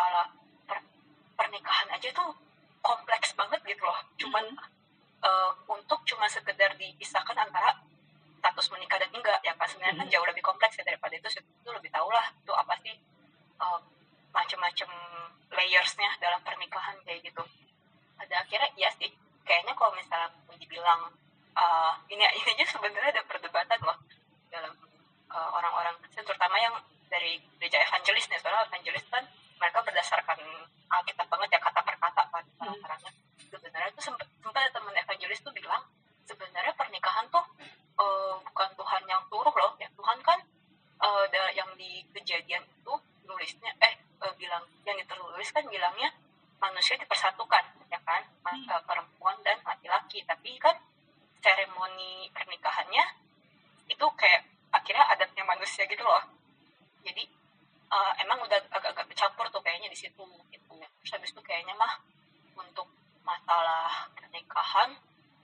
cuman untuk cuma sekedar dipisahkan antara status menikah dan enggak ya kan, sebenarnya kan jauh lebih kompleks ya daripada itu lebih tahu lah itu apa sih macam-macam layersnya dalam pernikahan kayak gitu. Pada akhirnya iya sih, kayaknya kalau misalnya dibilang ini aja sebenarnya ada perdebatan loh dalam orang-orang Kristen, terutama yang dari gereja evangelis nih, soalnya evangelis kan mereka berdasarkan Alkitab banget ya, kata per kata kan orang-orangnya. Sebenarnya tuh sempat ada teman evangelis tuh bilang sebenarnya pernikahan tuh bukan Tuhan yang suruh loh ya. Tuhan kan yang di Kejadian itu nulisnya bilang, yang ditulis kan bilangnya manusia dipersatukan ya kan, perempuan dan laki-laki, tapi kan seremoni pernikahannya itu kayak akhirnya adatnya manusia gitu loh. Jadi emang udah agak-agak bercampur tuh kayaknya di situ gitu. Terus habis itu kayaknya mah untuk masalah pernikahan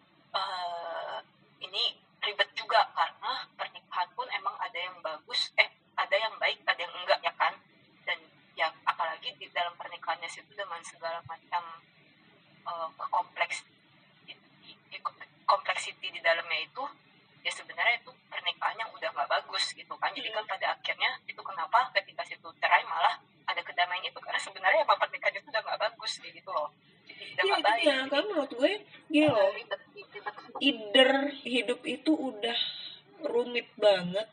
ini ribet juga, karena pernikahan pun emang ada yang bagus, ada yang baik, ada yang enggak ya kan. Dan ya apalagi di dalam pernikahannya situ dengan segala macam kompleksiti di dalamnya itu, ya sebenarnya itu pernikahan yang udah nggak bagus gitu kan. Jadi kan pada akhirnya itu kenapa ketika situ cerai malah ada kedamaian itu, karena sebenarnya emang pernikahan itu udah nggak bagus kayak gitu loh. Jadi udah nggak baik. Ya, kan menurut gue gini loh, either hidup itu udah rumit banget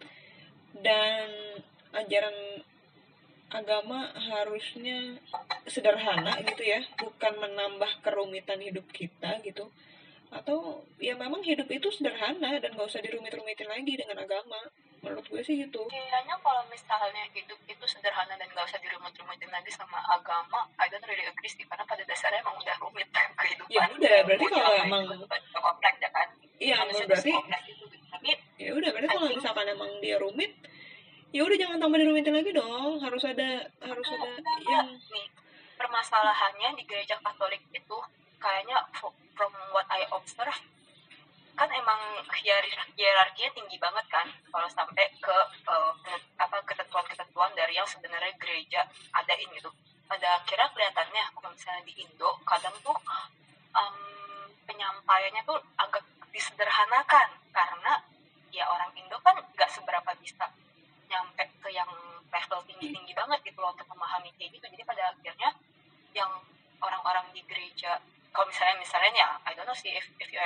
dan ajaran agama harusnya sederhana gitu ya, bukan menambah kerumitan hidup kita gitu. Atau ya memang hidup itu sederhana dan gak usah dirumit-rumitin lagi dengan agama. Menurut gue sih gitu. Kayaknya kalau misalnya hidup itu sederhana dan gak usah dirumit-rumitin lagi sama agama, I don't really agree sih, karena pada dasarnya emang udah rumit kehidupan. Ya udah, berarti kalau emang kompleks ya kan. Iya, berarti tapi ya udah, berarti kalau misalkan emang dia rumit, ya udah jangan tambah dirumitin lagi dong. Harus ada yang nih, permasalahannya di gereja Katolik itu kayaknya from what I observe kan emang hierarkinya tinggi banget kan, kalau sampai ke ketentuan-ketentuan dari yang sebenarnya gereja adain gitu. Pada akhirnya kelihatannya kalau misalnya di Indo kadang tuh penyampaiannya tuh agak disederhanakan, karena ya orang Indo kan nggak seberapa bisa nyampe ke yang level tinggi-tinggi banget gitu loh untuk memahami kayak gitu. Jadi pada akhirnya yang orang-orang di gereja, kalau misalnya ya I don't know sih if you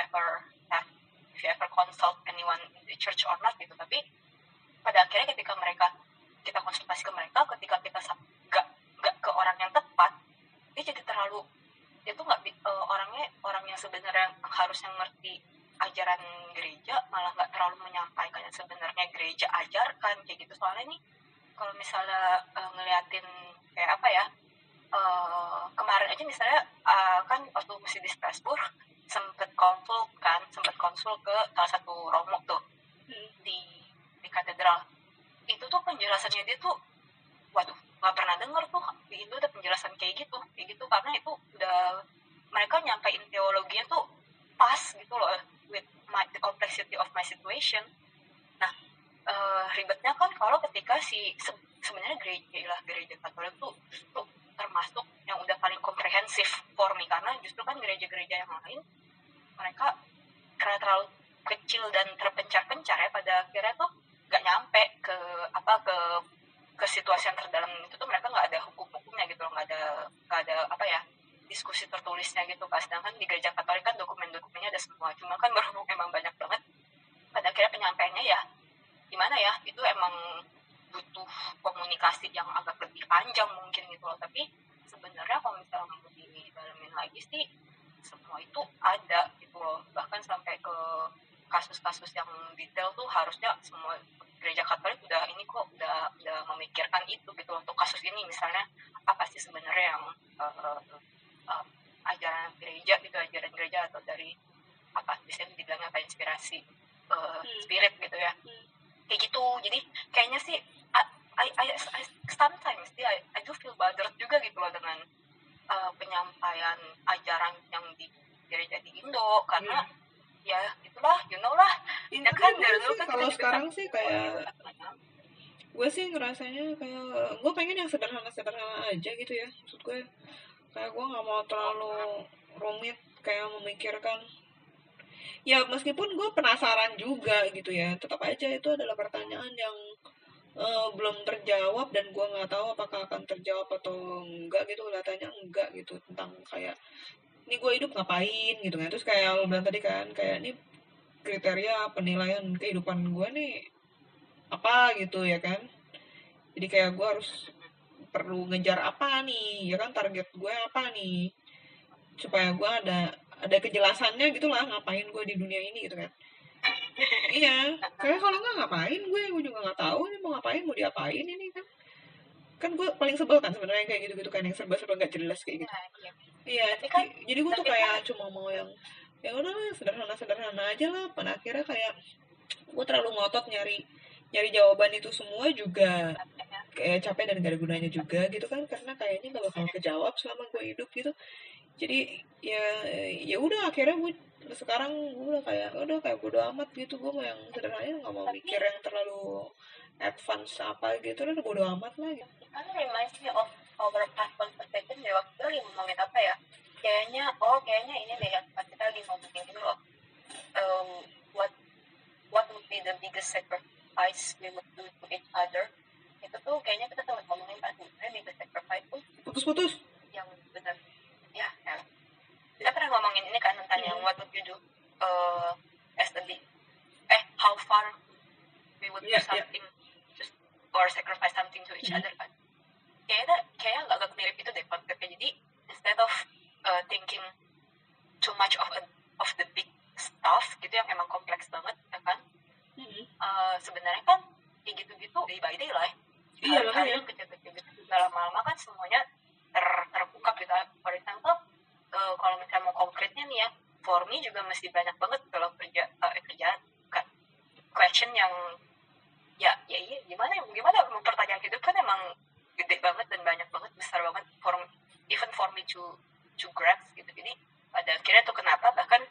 ever consult anyone in the church or not gitu, tapi pada akhirnya ketika kita konsultasi ke mereka, ketika kita nggak ke orang yang tepat, dia jadi terlalu, dia tuh nggak orang yang sebenarnya harusnya ngerti ajaran gereja malah nggak terlalu menyampaikan yang sebenarnya gereja ajarkan kayak gitu. Soalnya nih kalau misalnya ngeliatin kayak apa ya, kemarin aja misalnya kan waktu masih di Strasbourg sempat konsul ke salah satu romo tuh di katedral. Itu tuh penjelasannya dia tuh, waduh, nggak pernah denger tuh di Indo ada penjelasan kayak gitu, karena itu udah mereka nyampein teologinya tuh pas gitu loh with the complexity of my situation. Nah ribetnya kan kalau ketika sebenarnya gereja Katolik tuh termasuk yang udah paling komprehensif for me, karena justru kan gereja-gereja yang lain mereka karena terlalu kecil dan terpencar-pencar ya, pada akhirnya tuh nggak nyampe ke situasi yang terdalam itu tuh, mereka nggak ada hukum-hukumnya gitu loh, nggak ada apa ya, diskusi tertulisnya gitu kan. Sedangkan di gereja Katolik kan dokumen-dokumennya ada semua, cuma kan berhubung emang banyak banget, pada akhirnya penyampaiannya ya gimana ya, itu emang butuh komunikasi yang agak lebih panjang mungkin gitu loh. Tapi sebenarnya kalau misalnya mau didalamin lagi sih semua itu ada gitu loh, bahkan sampai ke kasus-kasus yang detail tuh harusnya semua gereja Katolik udah memikirkan itu gitu loh. Untuk kasus ini misalnya apa sih sebenarnya yang ajaran gereja atau dari apa biasanya dibilangnya apa, inspirasi spirit gitu ya, kayak gitu. Jadi kayaknya sih I sometimes I do feel bothered juga gitu loh dengan penyampaian ajaran yang di gereja di Indo, karena ya itulah lah ya kan dari dulu kan kalau sekarang sih kayak gue sih ngerasanya kayak gue pengen yang sederhana aja gitu ya. Maksud gue kayak gue nggak mau terlalu rumit kayak memikirkan, ya meskipun gue penasaran juga gitu ya, tetap aja itu adalah pertanyaan yang belum terjawab, dan gue nggak tahu apakah akan terjawab atau enggak gitu. Kelihatannya enggak gitu, tentang kayak ini gue hidup ngapain gitu kan. Terus kayak lo bilang tadi kan, kayak ini kriteria penilaian kehidupan gue nih apa gitu ya kan. Jadi kayak gue harus perlu ngejar apa nih ya kan, target gue apa nih, supaya gue ada kejelasannya gitulah ngapain gue di dunia ini gitu kan. Iya, karena kalau nggak ngapain gue juga nggak tahu nih mau ngapain, mau diapain ini kan. Kan gue paling sebel kan sebenarnya kayak gitu-gitu kan, yang serba-serba nggak jelas kayak gitu. Nah, iya. Iya, Tapi kan, jadi gue tuh tapi kan, kayak cuma mau yang ya udahlah sederhana-sederhana aja lah. Pada akhirnya kayak gue terlalu ngotot nyari jawaban itu semua juga kayak capek dan gak ada gunanya juga gitu kan, karena kayaknya gak bakal kejawab selama gue hidup gitu. Jadi ya udah akhirnya gue sekarang gue udah kayak bodo amat gitu. Gue mau yang sederhana, nggak mau tapi mikir yang terlalu advance apa gitu, udah bodo amat lah gitu. it kind of reminds me of our past conversation deh, waktu itu lagi ngomongin apa ya, kayaknya ini deh yang pas kita lagi ngomongin ini loh, what would be the biggest sacrifice we would do to each other. Itu tuh kayaknya kita sempat ngomongin pas sebenarnya biggest sacrifice tuh Putus-putus. yang benar ya, kita pernah ngomongin ini kan tentang yang what would you do as a big how far we would do something just or sacrifice something to each other kan. Kayaknya agak mirip itu deh konsepnya. Jadi instead of thinking too much of the big stuff gitu yang emang kompleks banget ya kan, sebenarnya kan kayak gitu-gitu day by day lah. Hari-hari yang kecil-kecil gitu, lama-lama kan semuanya terungkap gitu. For example, kalau misalnya mau konkretnya nih ya, for me juga masih banyak banget kalau kerjaan kan question yang ya iya gimana pertanyaan hidup kan emang gede banget dan banyak banget, besar banget even for me to grasp gitu. Jadi pada akhirnya tuh kenapa bahkan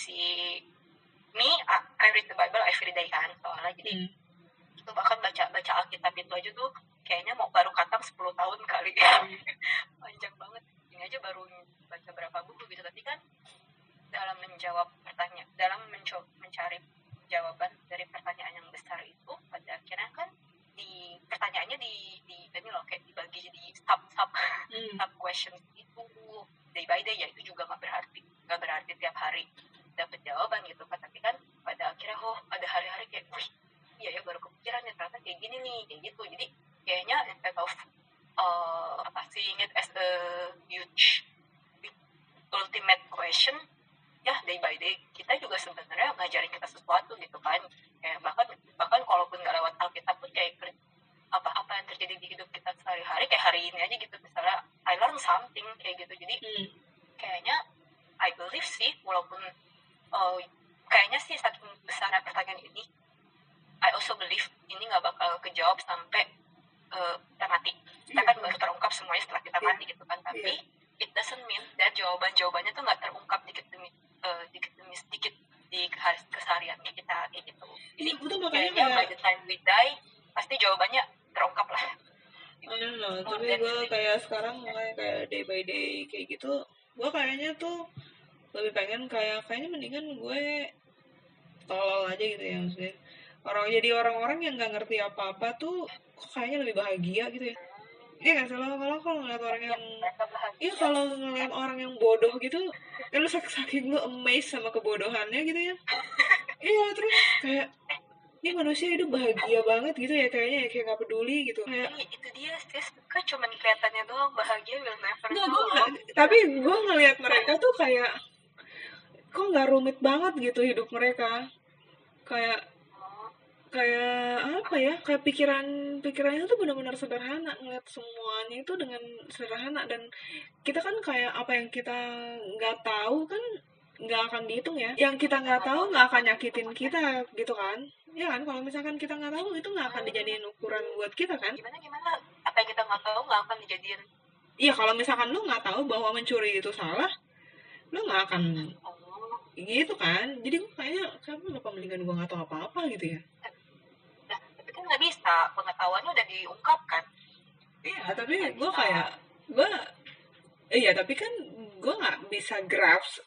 I read the Bible every day kan soalnya, jadi itu bahkan baca Alkitab itu aja tuh kayaknya mau baru khatam 10 tahun kali. Panjang banget, ini aja baru baca berapa buku gitu. Tapi kan dalam menjawab pertanyaan, dalam mencari jawaban dari pertanyaan yang besar itu, pada akhirnya kan pertanyaannya di ini loh, kayak dibagi jadi sub questions itu day by day. Ya itu juga nggak berarti tiap hari dapat jawaban gitu kan. Tapi kan pada akhirnya ada hari-hari kayak iya ya baru kepikiran nih ternyata kayak gini nih kayak gitu. Jadi kayaknya instead of seeing it as a huge ultimate question, ya day by day kita juga sebenarnya ngajarin kita sesuatu gitu kan. Kayak bahkan kalaupun nggak lewat Alkitab pun kayak apa yang terjadi di hidup kita sehari-hari, kayak hari ini aja gitu misalnya I learn something kayak gitu. Jadi kayaknya I believe sih, walaupun kayaknya sih saking besarnya pertanyaan ini, I also believe ini nggak bakal kejawab sampai kita mati. Kita kan baru terungkap semuanya setelah kita mati gitu kan. Tapi it doesn't mean that jawabannya tuh nggak terungkap dikit demi sedikit di kesehariannya kita kayak gitu. Jadi kayaknya by the time we die pasti jawabannya terungkap lah. Tapi gue kayak sekarang mulai kayak day by day kayak gitu, gue kayaknya tuh lebih pengen kayaknya mendingan gue tolol aja gitu ya, maksudnya orang-orang yang nggak ngerti apa-apa tuh kok kayaknya lebih bahagia gitu ya. Iya kan, kalau ngeliat orang yang kalau ngeliat orang yang bodoh gitu, lu saking lu amazed sama kebodohannya gitu ya. Iya, terus kayak ini manusia hidup bahagia banget gitu ya kayaknya ya, kayak nggak peduli gitu. Kayak itu dia sis, kan cuma kelihatannya doang bahagia, will never know. Tapi gue ngeliat mereka tuh kayak kok nggak rumit banget gitu hidup mereka. Kayak apa ya, kayak pikirannya tuh benar-benar sederhana, ngeliat semuanya itu dengan sederhana. Dan kita kan kayak apa yang kita nggak tahu kan nggak akan dihitung ya, yang kita nggak tahu nggak akan nyakitin kita gitu kan ya kan. Kalau misalkan kita nggak tahu itu nggak akan dijadiin ukuran buat kita kan. Gimana apa yang kita nggak tahu nggak akan dijadiin. Iya, kalau misalkan lu nggak tahu bahwa mencuri itu salah, lu nggak akan gitu kan. Jadi gue kayaknya kenapa mendingan gue nggak tahu apa-apa gitu ya. Tapi kan nggak bisa, pengetahuannya udah diungkapkan. Iya, tapi gue kayak tapi kan gue nggak bisa grasp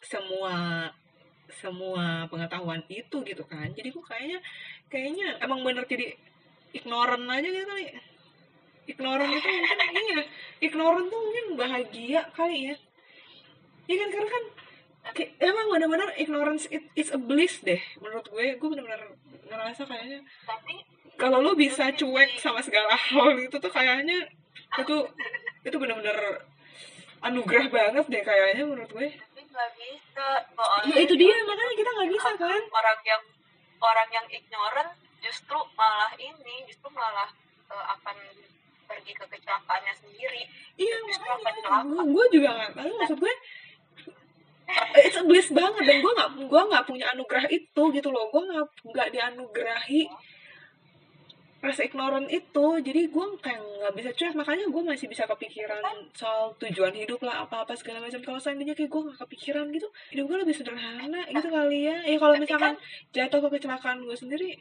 semua pengetahuan itu gitu kan. Jadi gue kayaknya emang bener jadi ignorant aja gitu kali. Ignorant itu mungkin iya, ignorant tuh mungkin bahagia kali ya. Iya kan, karena kan emang benar-benar ignorance is a bliss deh menurut gue benar-benar ngerasa kayaknya Tapi kalau lo bisa cuek sama segala hal itu tuh kayaknya itu benar-benar anugerah banget deh kayaknya menurut gue. tapi nggak bisa Ya itu dia, makanya kita nggak bisa kan. Orang yang ignorant justru malah akan pergi ke kecelakaannya sendiri. Iya, Justru akan makanya celaka. gue juga nggak tahu, maksud gue it's a bliss banget, dan gue nggak punya anugerah itu gitu loh. Gue nggak dianugerahi rasa ignorant itu, jadi gue kayak nggak bisa cuek. Makanya gue masih bisa kepikiran soal tujuan hidup lah, apa segala macam. Kalau seandainya kayak gue nggak kepikiran gitu, hidup gue lebih sederhana gitu kali ya. Ya kalau misalkan jatuh ke kecelakaan gue sendiri,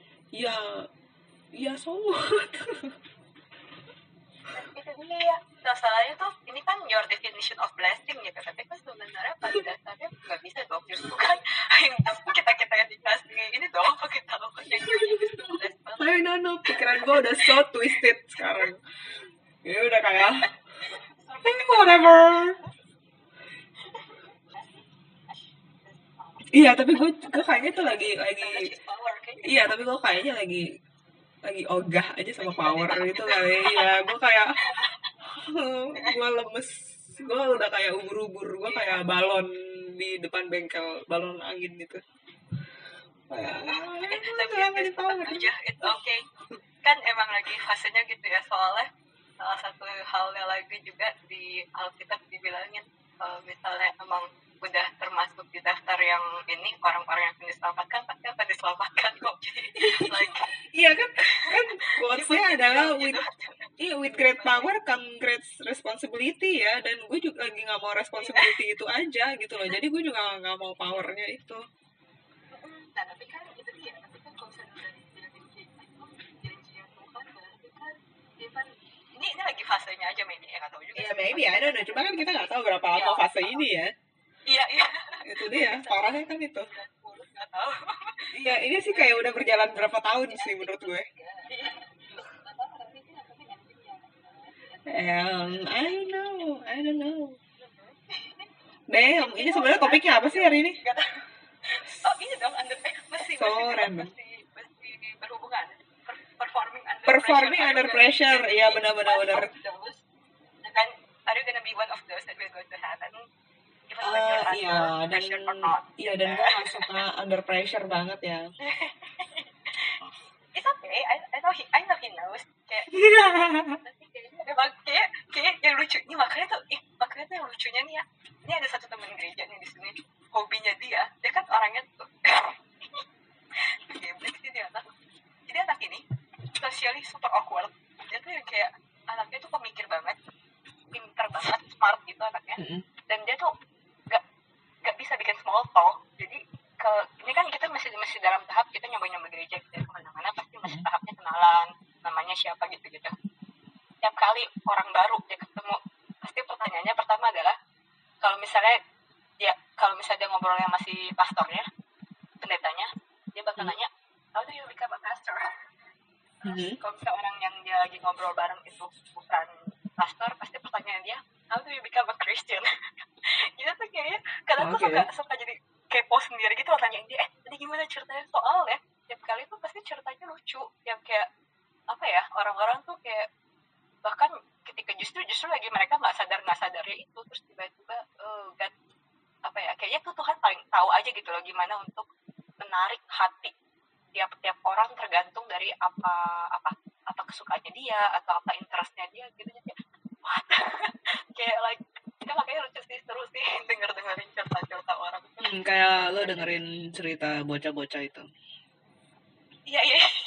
ya so what. Itu dia masalahnya tuh, ini kan your definition of blessing gitu, tapi kan sebenarnya pada dasarnya nggak bisa dong, justru kan yang kita yang dikasih ini dong kita yang justru blessed banget. No, pikiran gue udah so twisted sekarang. Ya udah kayak whatever. Iya, tapi gue kayaknya tuh lagi iya, tapi gue kayaknya lagi ogah aja sama power gitu kali ya. Gue kayak gue lemes, gue udah kayak ubur-ubur, gue kayak balon di depan bengkel, balon angin gitu. Tapi aja it's okay, kan emang lagi fasenya gitu ya. Soalnya salah satu halnya lagi juga di Alkitab dibilangin misalnya emang udah termasuk di daftar yang ini, orang-orang yang akan diselamatkan pasti akan diselamatkan kok. Like, iya kan quotes-nya adalah with great power come great responsibility ya, dan gue juga lagi nggak mau responsibility itu aja gitu loh. Jadi gue juga nggak mau powernya itu. Nah tapi kan itu dia, tapi kan kalau misalnya udah dibilangin kayak gitu, janjinya Tuhan berarti kan dia kan ini lagi fasenya aja, maybe ya, nggak tahu juga. Iya, maybe I don't know, cuma kan kita nggak tahu berapa lama fase ini ya. Iya Itu dia parahnya kan itu. Nggak tahu. Iya, ini sih kayak udah berjalan berapa tahun sih menurut gue. I don't know. Damn, ini sebenarnya topiknya apa sih hari ini? Oh ini dong, masih berhubungan. Performing under pressure. Iya, benar. Kan, are you gonna be one of those that will go to heaven? Iya, dan gue gak suka under pressure banget ya. It's okay, I know he knows. Kayak yang lucu ini, makanya tuh yang lucunya nih ya. Ini ada satu teman gereja nih di sini, hobinya dia kan orangnya tuh geblek sih dia anak. Jadi anak ini socially super awkward. Dia tuh yang kayak anaknya tuh pemikir banget, pinter banget, smart gitu anaknya. Dan dia tuh gak bisa bikin small talk. Jadi ini kan kita masih dalam tahap kita nyoba gereja, kita kemana-mana pasti masih tahapnya kenalan, namanya siapa gitu. Tiap kali orang baru dia ketemu, pasti pertanyaannya pertama adalah, kalau misalnya dia ngobrolnya masih pastornya, pendetanya, dia bakal nanya, how do you become a pastor? Kalau misalnya orang yang dia lagi ngobrol bareng itu bukan pastor, pasti pertanyaan dia, how do you become a Christian? Itu tuh kayaknya kadang tuh suka jadi kepo sendiri gitu loh, tanyain dia, tadi gimana ceritanya, soalnya tiap kali tuh pasti ceritanya lucu, yang kayak apa ya, orang-orang tuh kayak bahkan ketika justru lagi mereka nggak sadarnya itu, terus tiba-tiba God, apa ya, kayaknya tuh Tuhan paling tahu aja gitu loh gimana untuk menarik hati tiap orang tergantung dari apa kesukaannya dia atau apa interestnya dia gitu. Jadi what kayak like kita makanya lucu sih, seru sih dengerin cerita orang. Kayak lo dengerin cerita bocah-bocah itu. Iya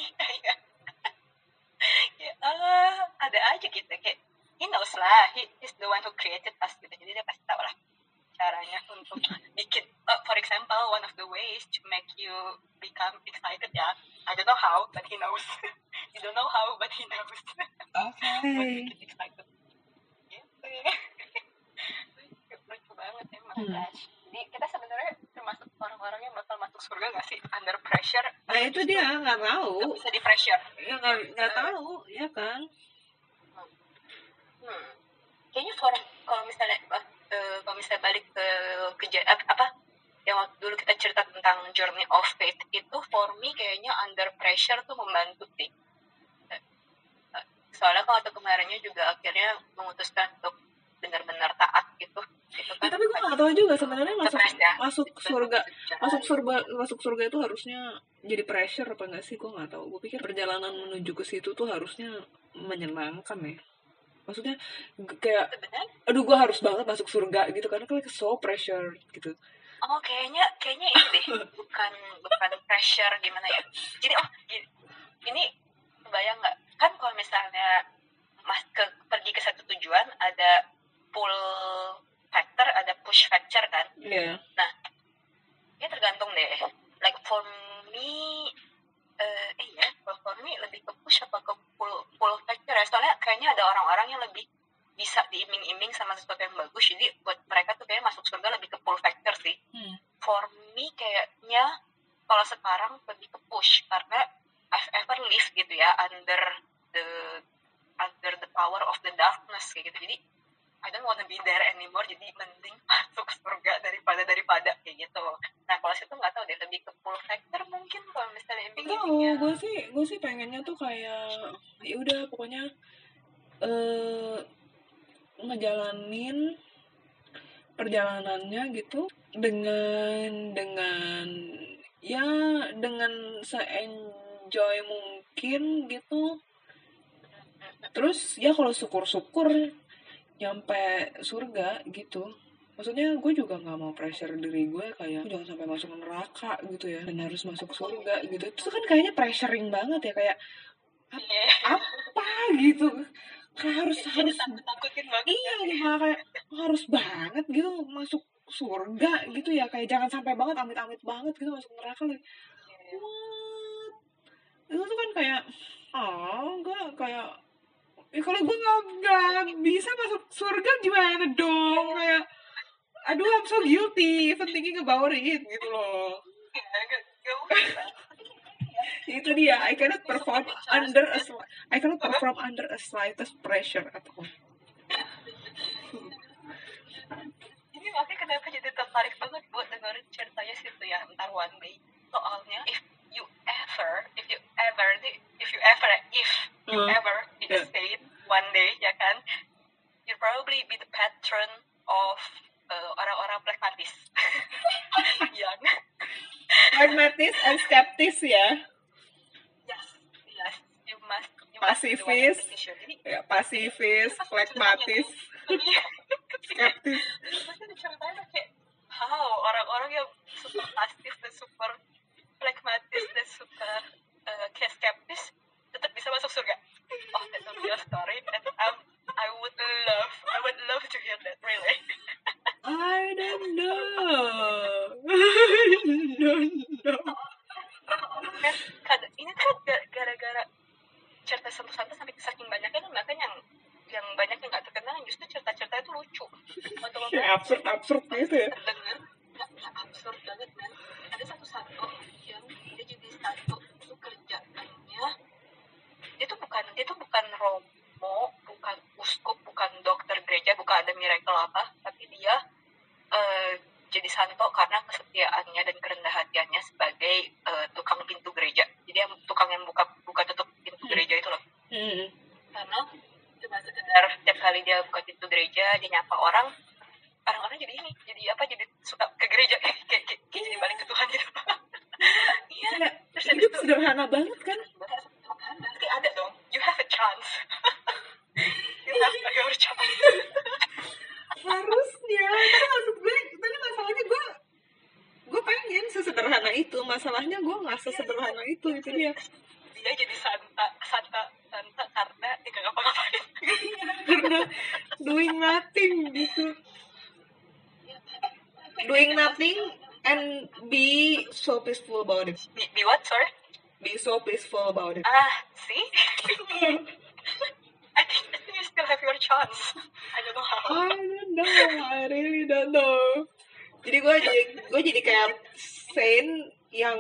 ada aja gitu, kayak he knows lah, he's the one who created us gitu, jadi dia pasti tahu lah caranya untuk bikin for example, one of the ways to make you become excited ya, I don't know how but he knows. You don't know how but he knows. Okay. Excited gitu. Lucu banget. Jadi kita sebenarnya termasuk orang-orang yang bakal masuk surga nggak sih under pressure? Nah itu dia nggak tahu. Nggak bisa di pressure. Ya nggak tahu, ya kan? Kayaknya kalau misalnya balik ke apa yang waktu dulu kita cerita tentang journey of faith itu, for me kayaknya under pressure tuh membantu sih. Soalnya kalau kemarinnya juga akhirnya memutuskan untuk benar-benar taat gitu kan. Ya, tapi gue nggak tahu juga sebenarnya masuk surga itu harusnya jadi pressure apa nggak sih? Gue nggak tahu. Gue pikir perjalanan menuju ke situ tuh harusnya menyenangkan ya. Maksudnya kayak aduh gue harus banget masuk surga gitu, karena kan so pressure gitu. Oh kayaknya ini deh bukan pressure gimana ya. Jadi ini bayang nggak kan kalau misalnya pergi ke satu tujuan ada pull factor ada push factor kan. Iya. Nah ini tergantung deh. Like for me for me lebih ke push apa ke pull factor ya. Soalnya kayaknya ada orang-orang yang lebih bisa diiming-iming sama sesuatu yang bagus, jadi buat mereka tuh kayaknya masuk surga lebih ke pull factor sih. For me kayaknya kalau sekarang lebih ke push, karena I've ever lived gitu ya under the power of the darkness kayak gitu. Jadi I don't wanna be there anymore, jadi mending masuk surga daripada kayak gitu. Nah kalau situ nggak tahu deh, lebih ke pull factor mungkin kalau misalnya iming-imingnya. Gue sih pengennya tuh kayak ya udah pokoknya ngejalanin perjalanannya gitu dengan se-enjoy mungkin gitu. Terus ya kalau syukur-syukur nyampe surga gitu. Maksudnya gue juga nggak mau pressure diri gue kayak jangan sampai masuk neraka gitu ya, dan harus masuk surga gitu. Itu kan kayaknya pressuring banget ya, kayak apa gitu, kayak harus takutin banget. Iya gitu, kayak harus banget gitu masuk surga gitu ya, kayak jangan sampai banget amit-amit banget gitu masuk neraka lagi. What? Itu tuh kan kayak gue kayak kalau gue nggak bisa masuk surga gimana dong, kayak aduh I'm so guilty even thinking about it gitu loh. Itu dia, I cannot perform under a slightest pressure at all. Ini makanya kenapa jadi tertarik banget buat dengerin ceritanya situ ya ntar one day. Soalnya if you ever be the saint one day ya kan, you probably be the patron of orang-orang pragmatis. Yang pragmatis and skeptis ya. Yes, you must pasifis, pragmatis, skeptis. Terus ceritanya kayak how orang-orang yang super pasif dan super pragmatis dan super kayak skeptis tetap bisa masuk surga. Oh, that's a real story, and I would love to hear that, really. I don't know. Ini kan gara-gara cerita santai-santai sampai saking banyaknya kan, makanya yang banyak yang nggak terkenal, justru cerita-cerita itu lucu. Kayak absurd gitu ya. Terdengar nggak absurd banget, man. Ada satu yang dia jadi satu itu kerjaannya itu bukan romo, bukan uskup, bukan dokter gereja, bukan ada miracle apa, tapi dia jadi santo karena kesetiaannya dan kerendah hatiannya sebagai tukang pintu gereja. Jadi yang tukang yang buka tutup pintu gereja itu loh. Karena cuma sekedar setiap kali dia buka pintu gereja, dia nyapa orang jadi suka ke gereja, kayak jadi balik ke Tuhan gitu. Iya. Terus hidup sederhana banget kan? Nanti ada dong, you have a chance. You have your chance. Harusnya, tapi maksud gue, tapi masalahnya gue pengen sesederhana itu, masalahnya gue nggak sesederhana itu dia. Dia jadi santa karena dia nggak ngapa-ngapain. Karena doing nothing gitu, doing nothing and be so peaceful about it. Be what, sorry? Be so peaceful about it. See? I think you still have your chance. I don't know how. I really don't know. Jadi gue jadi kayak sane yang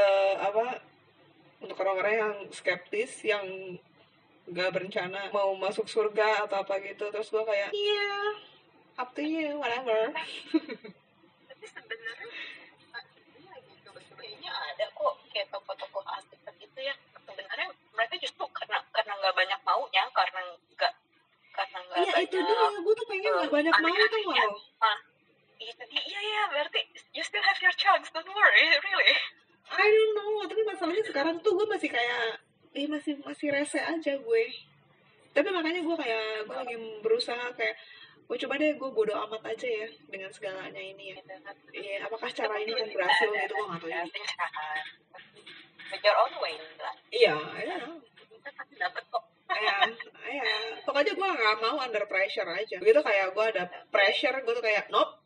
untuk orang-orang yang skeptis, yang nggak berencana mau masuk surga atau apa gitu, terus gue kayak up to you, whatever. Tapi sebenarnya lagi coba-coba ada kok kayak tokoh-tokoh asik gitu ya. Sebenarnya mereka justru karena nggak banyak maunya, karena nggak Iya, banyak, itu dia, gue tuh pengen nggak banyak mau tuh lo. Itu dia, iya berarti you still have your chance, don't worry, really. I don't know, tapi masalahnya sekarang tuh gue masih kayak masih rese aja gue. Tapi makanya gue lagi berusaha kayak gue coba deh, gue bodo amat aja ya dengan segalanya ini ya. Iya, apakah cara ini akan berhasil gitu, gue nggak tahu ya. With your own way lah. Iya, I don't know. Kita pasti dapet kok. Iya, pokoknya gue nggak mau under pressure aja. Begitu kayak gue ada pressure, gue tuh kayak nope.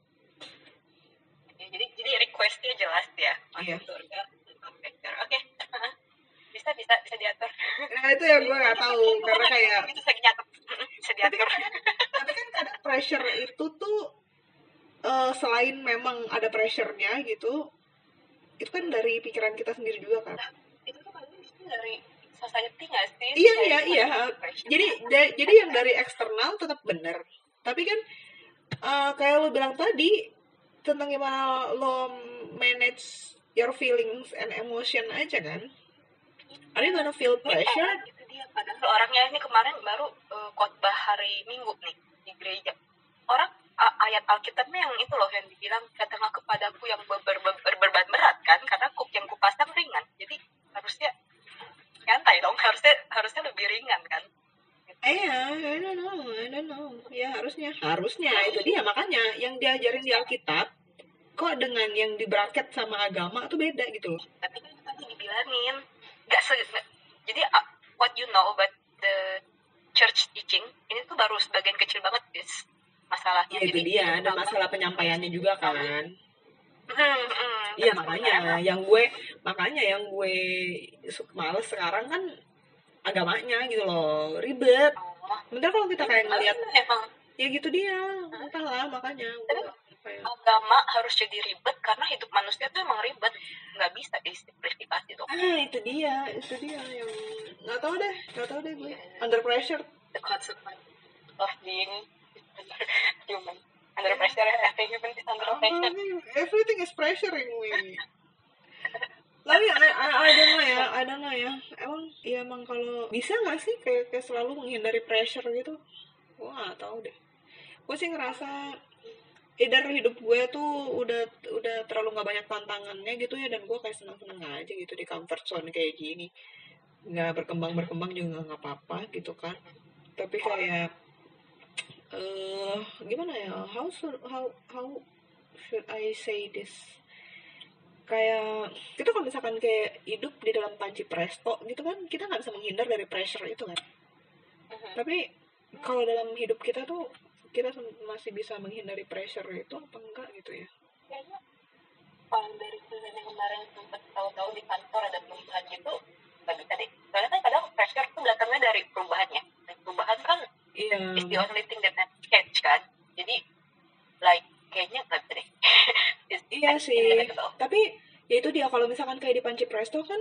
Jadi requestnya jelas ya. Iya. Oke. Bisa diatur. Nah itu yang gue nggak tahu karena kayak. Bisa nyatet. Bisa diatur. Tapi kan kadang pressure itu tuh selain memang ada pressure-nya gitu, itu kan dari pikiran kita sendiri juga kan. Itu tuh kan dari society nggak sih? Iya. Jadi yang dari eksternal tetap benar. Tapi kan kayak lo bilang tadi tentang gimana lo manage your feelings and emotion aja kan. Are you gonna feel pressure? Itu dia. Padahal orangnya ini kemarin baru khotbah hari Minggu nih di gereja. Orang ayat Alkitabnya yang itu loh yang dibilang datanglah kepadaku yang berbeban berat kan, karena kuk yang kupasang ringan. Jadi harusnya nyantai dong, harusnya lebih ringan kan. I don't know. Ya harusnya itu dia, makanya yang diajarin di Alkitab kok dengan yang di bracket sama agama tuh beda gitu loh. Tapi kan tadi dibilangin jadi what you know about the church teaching ini tuh baru sebagian kecil banget guys masalahnya. Ya, itu dia, ada masalah penyampaiannya juga kan. Iya, makanya yang gue males sekarang kan agamanya gitu loh, ribet. Bentar kalau kita kayak ngeliat ya gitu dia, entahlah, makanya agama harus jadi ribet karena hidup manusia tuh emang ribet, nggak bisa disimplifikasi dong. Itu dia yang nggak tahu deh gue under pressure. The consequence of being human. Under pressure, every human is under pressure. Everything is pressuring me. Tapi I don't know ya. Emang kalau bisa nggak sih kayak selalu menghindari pressure gitu? Gue nggak tahu deh. Gue sih ngerasa either hidup gue tuh udah terlalu nggak banyak tantangannya gitu ya, dan gue kayak senang aja gitu di comfort zone kayak gini. Nggak berkembang juga nggak apa-apa gitu kan. Tapi kayak gimana ya? How should I say this? Kayak kita kalau misalkan kayak hidup di dalam panci presto gitu kan, kita nggak bisa menghindar dari pressure itu kan. Tapi kalau dalam hidup kita tuh kita masih bisa menghindari pressure itu apa enggak gitu ya? Kayaknya kalau dari yang kemarin sempat tahu-tahu di kantor ada perubahan gitu nggak bisa deh. Soalnya kan kadang pressure tuh datangnya dari perubahannya. Dan perubahan kan is the only thing that can change kan. Jadi kayaknya nggak bisa deh. Iya sih. Tapi ya itu dia, kalau misalkan kayak di panci presto kan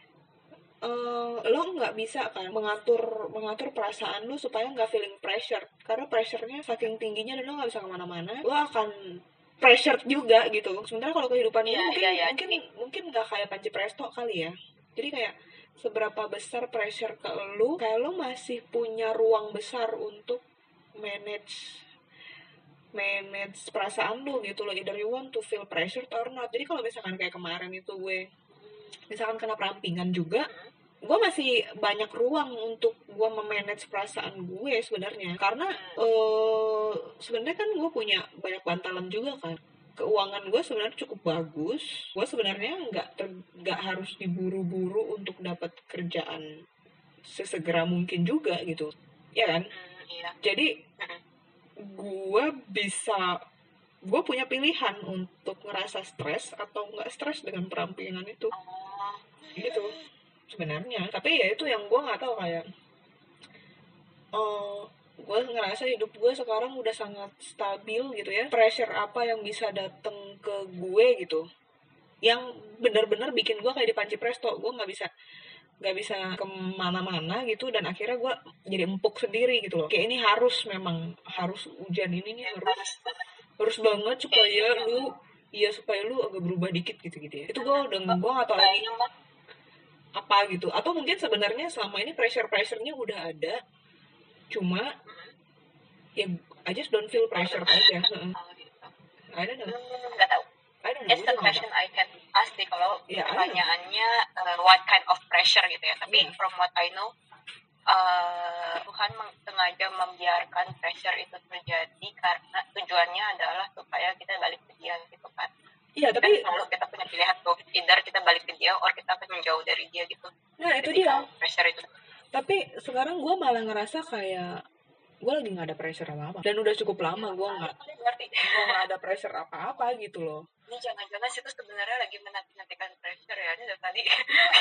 lo nggak bisa kan mengatur perasaan lo supaya nggak feeling pressure, karena pressure-nya saking tingginya dan lo nggak bisa kemana-mana, lo akan pressure juga gitu. Sementara kalau kehidupan ini mungkin nggak kayak panci presto kali ya. Jadi kayak seberapa besar pressure ke lo, kayak lo masih punya ruang besar untuk manage perasaan lu gitu loh, either you want to feel pressure or not. Jadi kalau misalkan kayak kemarin itu gue misalkan kena perampingan juga, gue masih banyak ruang untuk gue memanage perasaan gue sebenarnya, karena sebenarnya kan gue punya banyak bantalan juga kan. Keuangan gue sebenarnya cukup bagus. Gue sebenarnya nggak harus diburu-buru untuk dapat kerjaan sesegera mungkin juga gitu, ya kan? Jadi gue punya pilihan untuk ngerasa stres atau nggak stres dengan perampingan itu gitu sebenarnya. Tapi ya itu yang gue nggak tahu, kayak gue ngerasa hidup gue sekarang udah sangat stabil gitu ya. Pressure apa yang bisa datang ke gue gitu, yang benar-benar bikin gue kayak di panci presto, gue nggak bisa kemana-mana gitu, dan akhirnya gue jadi empuk sendiri gitu loh. Kayak ini memang harus hujan ini nih, harus banget supaya lu agak berubah dikit gitu ya. Itu gue nggak tau lagi apa gitu, atau mungkin sebenarnya selama ini pressure-nya udah ada, cuma ya I just don't feel pressure aja. I don't know. Nggak tahu. It's the question I can ask sih kalau pertanyaannya what kind of pressure gitu ya. Tapi from what I know, Tuhan sengaja membiarkan pressure itu terjadi karena tujuannya adalah supaya kita balik ke Dia gitu kan. Iya, tapi kan selalu kita punya pilihan tuh, either kita balik ke Dia or kita akan menjauh dari Dia gitu. Nah, itu dia. Pressure itu. Tapi sekarang gue malah ngerasa kayak gue lagi nggak ada pressure apa-apa, dan udah cukup lama gue nggak ada pressure apa-apa gitu loh. Ini jangan-jangan sih tuh sebenarnya lagi menanti-nantikan pressure ya, ini dari tadi.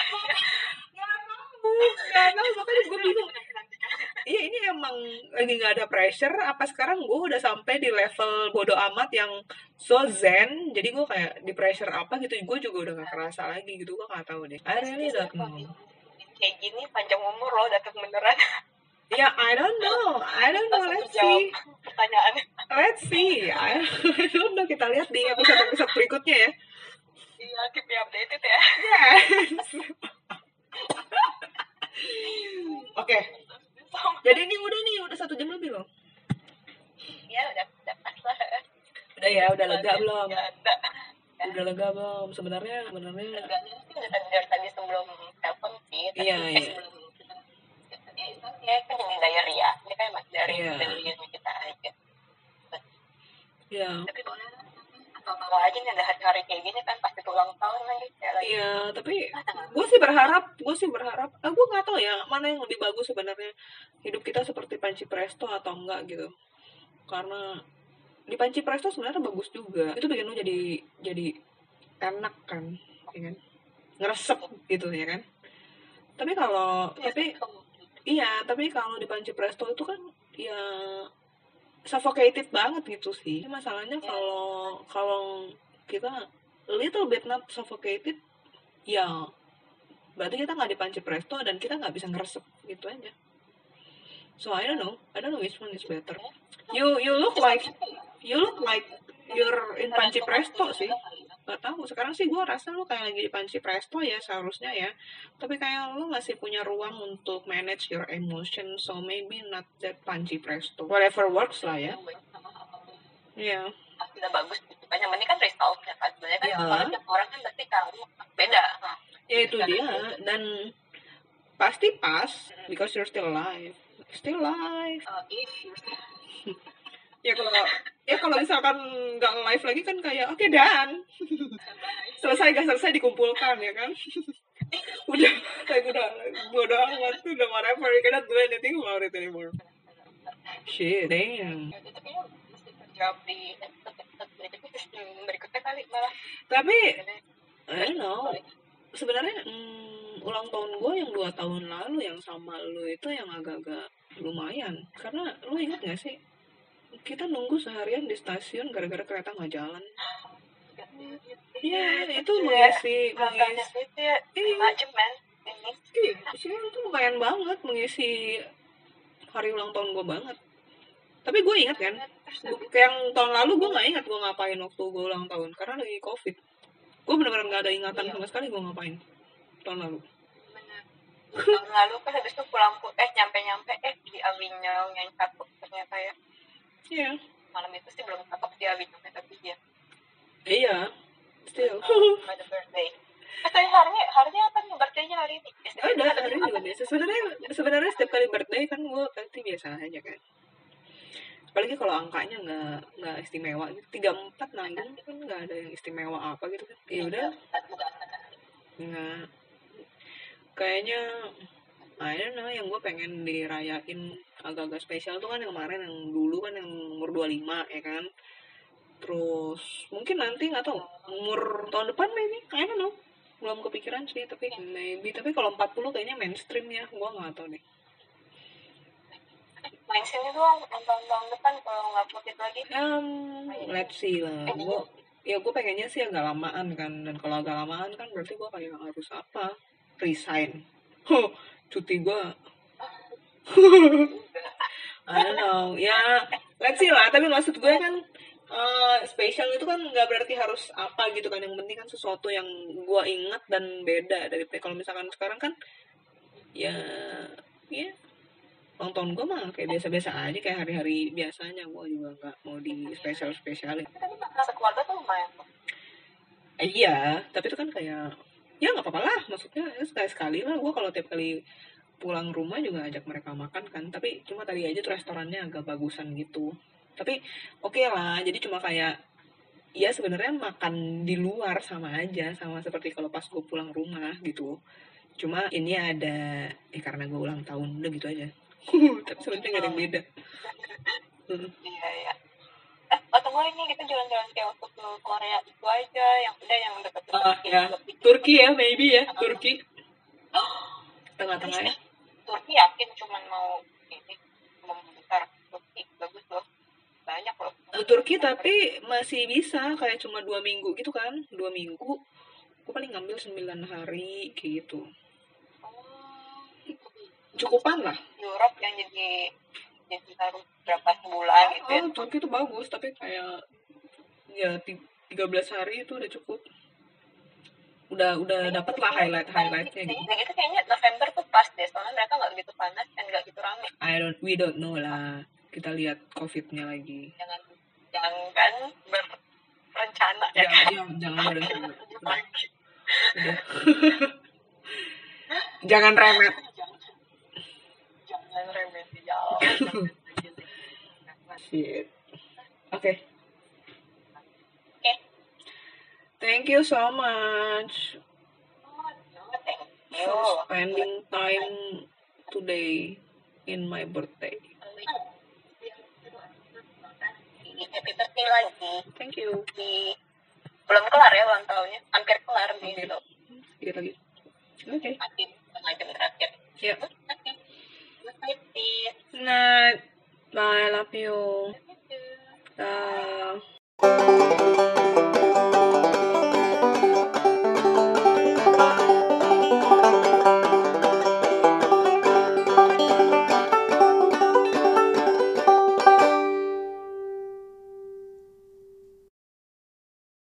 Nggak tahu, makanya gue bingung. Iya, ini emang lagi nggak ada pressure apa sekarang gue udah sampai di level bodo amat yang so zen, jadi gue kayak di pressure apa gitu, gue juga udah nggak kerasa lagi gitu. Gue nggak tahu deh. I really don't know. Kayak gini panjang umur loh datang beneran. Ya, I don't know. Let's see. Pertanyaannya. Let's see. I don't know. Kita lihat di episode berikutnya ya. Iya, keep me updated ya. Yes. Oke. Jadi ini udah 1 jam lebih loh. Ya, udah pas lah. Udah ya, udah lega belum? Udah lega belum? Sebenarnya. Leganya sih udah tadi sebelum telepon sih. Iya. Ya kan jadi diarrhea, ini kan masih dari kita aja. Iya. Tapi bawa aja nih ada hari-hari kayak gini kan pasti ulang tahun lagi. Iya, tapi gue sih berharap, gue nggak tahu ya mana yang lebih bagus sebenarnya, hidup kita seperti panci presto atau enggak gitu. Karena di panci presto sebenarnya bagus juga, itu bikin lu jadi enak kan, ya kan, ngeresep gitu ya kan. Tapi kalau di panci presto itu kan ya suffocated banget gitu sih. Masalahnya kalau kita little bit not suffocated, ya berarti kita nggak di panci presto dan kita nggak bisa ngeresep gitu aja. So I don't know which one is better. You look like you're in panci presto sih. Gak tahu, sekarang sih gue rasa lu kayak lagi di panci presto ya seharusnya ya, tapi kayak lu masih punya ruang untuk manage your emotion, so maybe not that panci presto, whatever works lah ya. Iya. Sudah bagus gitu kan, yang penting kan resultnya kan, sebenarnya kan tiap orang kan pasti tahu beda. Ya itu dia, dan pasti pas because you're still alive. Ya kalau misalkan nggak live lagi kan kayak oke, dan selesai dikumpulkan ya kan. udah bodo amat, udah whatever, you cannot do anything about it anymore. Shit, damn. Tapi mesti terjawab di berikutnya kali malah. Tapi I don't know, sebenarnya ulang tahun gue yang 2 tahun lalu yang sama lu itu yang agak-agak lumayan, karena lu ingat nggak sih kita nunggu seharian di stasiun gara-gara kereta nggak jalan. Iya, itu mengisi itu lumayan banget mengisi hari ulang tahun gue banget. Tapi gue ingat kan, yang tahun lalu gue nggak ingat gue ngapain waktu gue ulang tahun karena lagi COVID. Gue benar-benar nggak ada ingatan sama sekali gue ngapain tahun lalu. Tahun lalu kan habis itu nyampe di Avignon yang cakep ternyata ya. Iya. Malam itu sih belum cakep di Avignon tapi dia. Iya. Still. Ada birthday. Harinya apa nih birthday-nya hari ini? Ada hari ini juga biasa. Sebenarnya setiap kali birthday kan gue pasti biasa aja kan. Apalagi kalau angkanya nggak istimewa gitu, 34 nanggung kan nggak ada yang istimewa apa gitu kan. Ya udah. Nggak. Kayaknya I don't know, yang gue pengen dirayain agak-agak spesial tuh kan yang kemarin, yang dulu kan yang umur 25 ya kan. Terus mungkin nanti nggak tahu umur tahun depan maybe, I don't know, belum kepikiran sih, tapi maybe. Tapi kalau 40 kayaknya mainstream ya, gue nggak tahu deh. main sini doang tahun depan kalau nggak COVID lagi. Let's see lah. Gue pengennya sih agak lamaan kan, dan kalau agak lamaan kan berarti gue kayak harus apa? Resign. Cuti gue. I don't know. Ya, let's see lah. Tapi maksud gue kan spesial itu kan nggak berarti harus apa gitu kan. Yang penting kan sesuatu yang gue ingat dan beda dari kalau misalkan sekarang kan ya ulang tahun gue mah kayak biasa-biasa aja, kayak hari-hari biasanya. Gue juga nggak mau di spesialin. Tapi sekeluarga tuh lumayan. Iya, tapi itu kan kayak ya nggak apa-apa lah, maksudnya sekali-sekali lah. Gue kalau tiap kali pulang rumah juga ajak mereka makan kan, tapi cuma tadi aja tuh restorannya agak bagusan gitu. Tapi oke lah, jadi cuma kayak ya sebenarnya makan di luar sama aja, sama seperti kalau pas gue pulang rumah gitu. Cuma ini ada karena gue ulang tahun udah gitu aja. Tapi sebenarnya nggak ada yang beda. Iya. Atau gue ini kita jalan-jalan kayak waktu ke Korea itu aja, yang udah yang dekat ya. Turki ya, maybe ya, Turki. Tengah-tengah ya. Turki yakin cuman mau ini membesar. Turki bagus loh, banyak loh. Turki tapi masih bisa kayak cuma 2 minggu gitu kan, 2 minggu. Gue paling ngambil 9 hari kayak gitu. Cukupan lah. Europe yang jadi harus berapa bulan gitu ya. Turki itu bagus, tapi kayak ya 13 hari itu udah cukup. Udah dapet lah highlightnya gitu. Nah itu kayaknya November tuh pas deh, soalnya mereka nggak gitu panas dan nggak gitu rame. We don't know lah. Kita lihat COVID-nya lagi. Jangan kan berencana ya. Jangan berencana. Udah. Jangan remet. Jangan remet di jalan. Shit. Okay. Thank you so much for spending time today in my birthday. Happy birthday lagi. Thank you. Belum kelar ya ulang tahunnya, hampir kelar gitu. Dikit lagi. Oke. Jam terakhir. Ya. Oke. Good night. Night. Bye. Love you. Bye.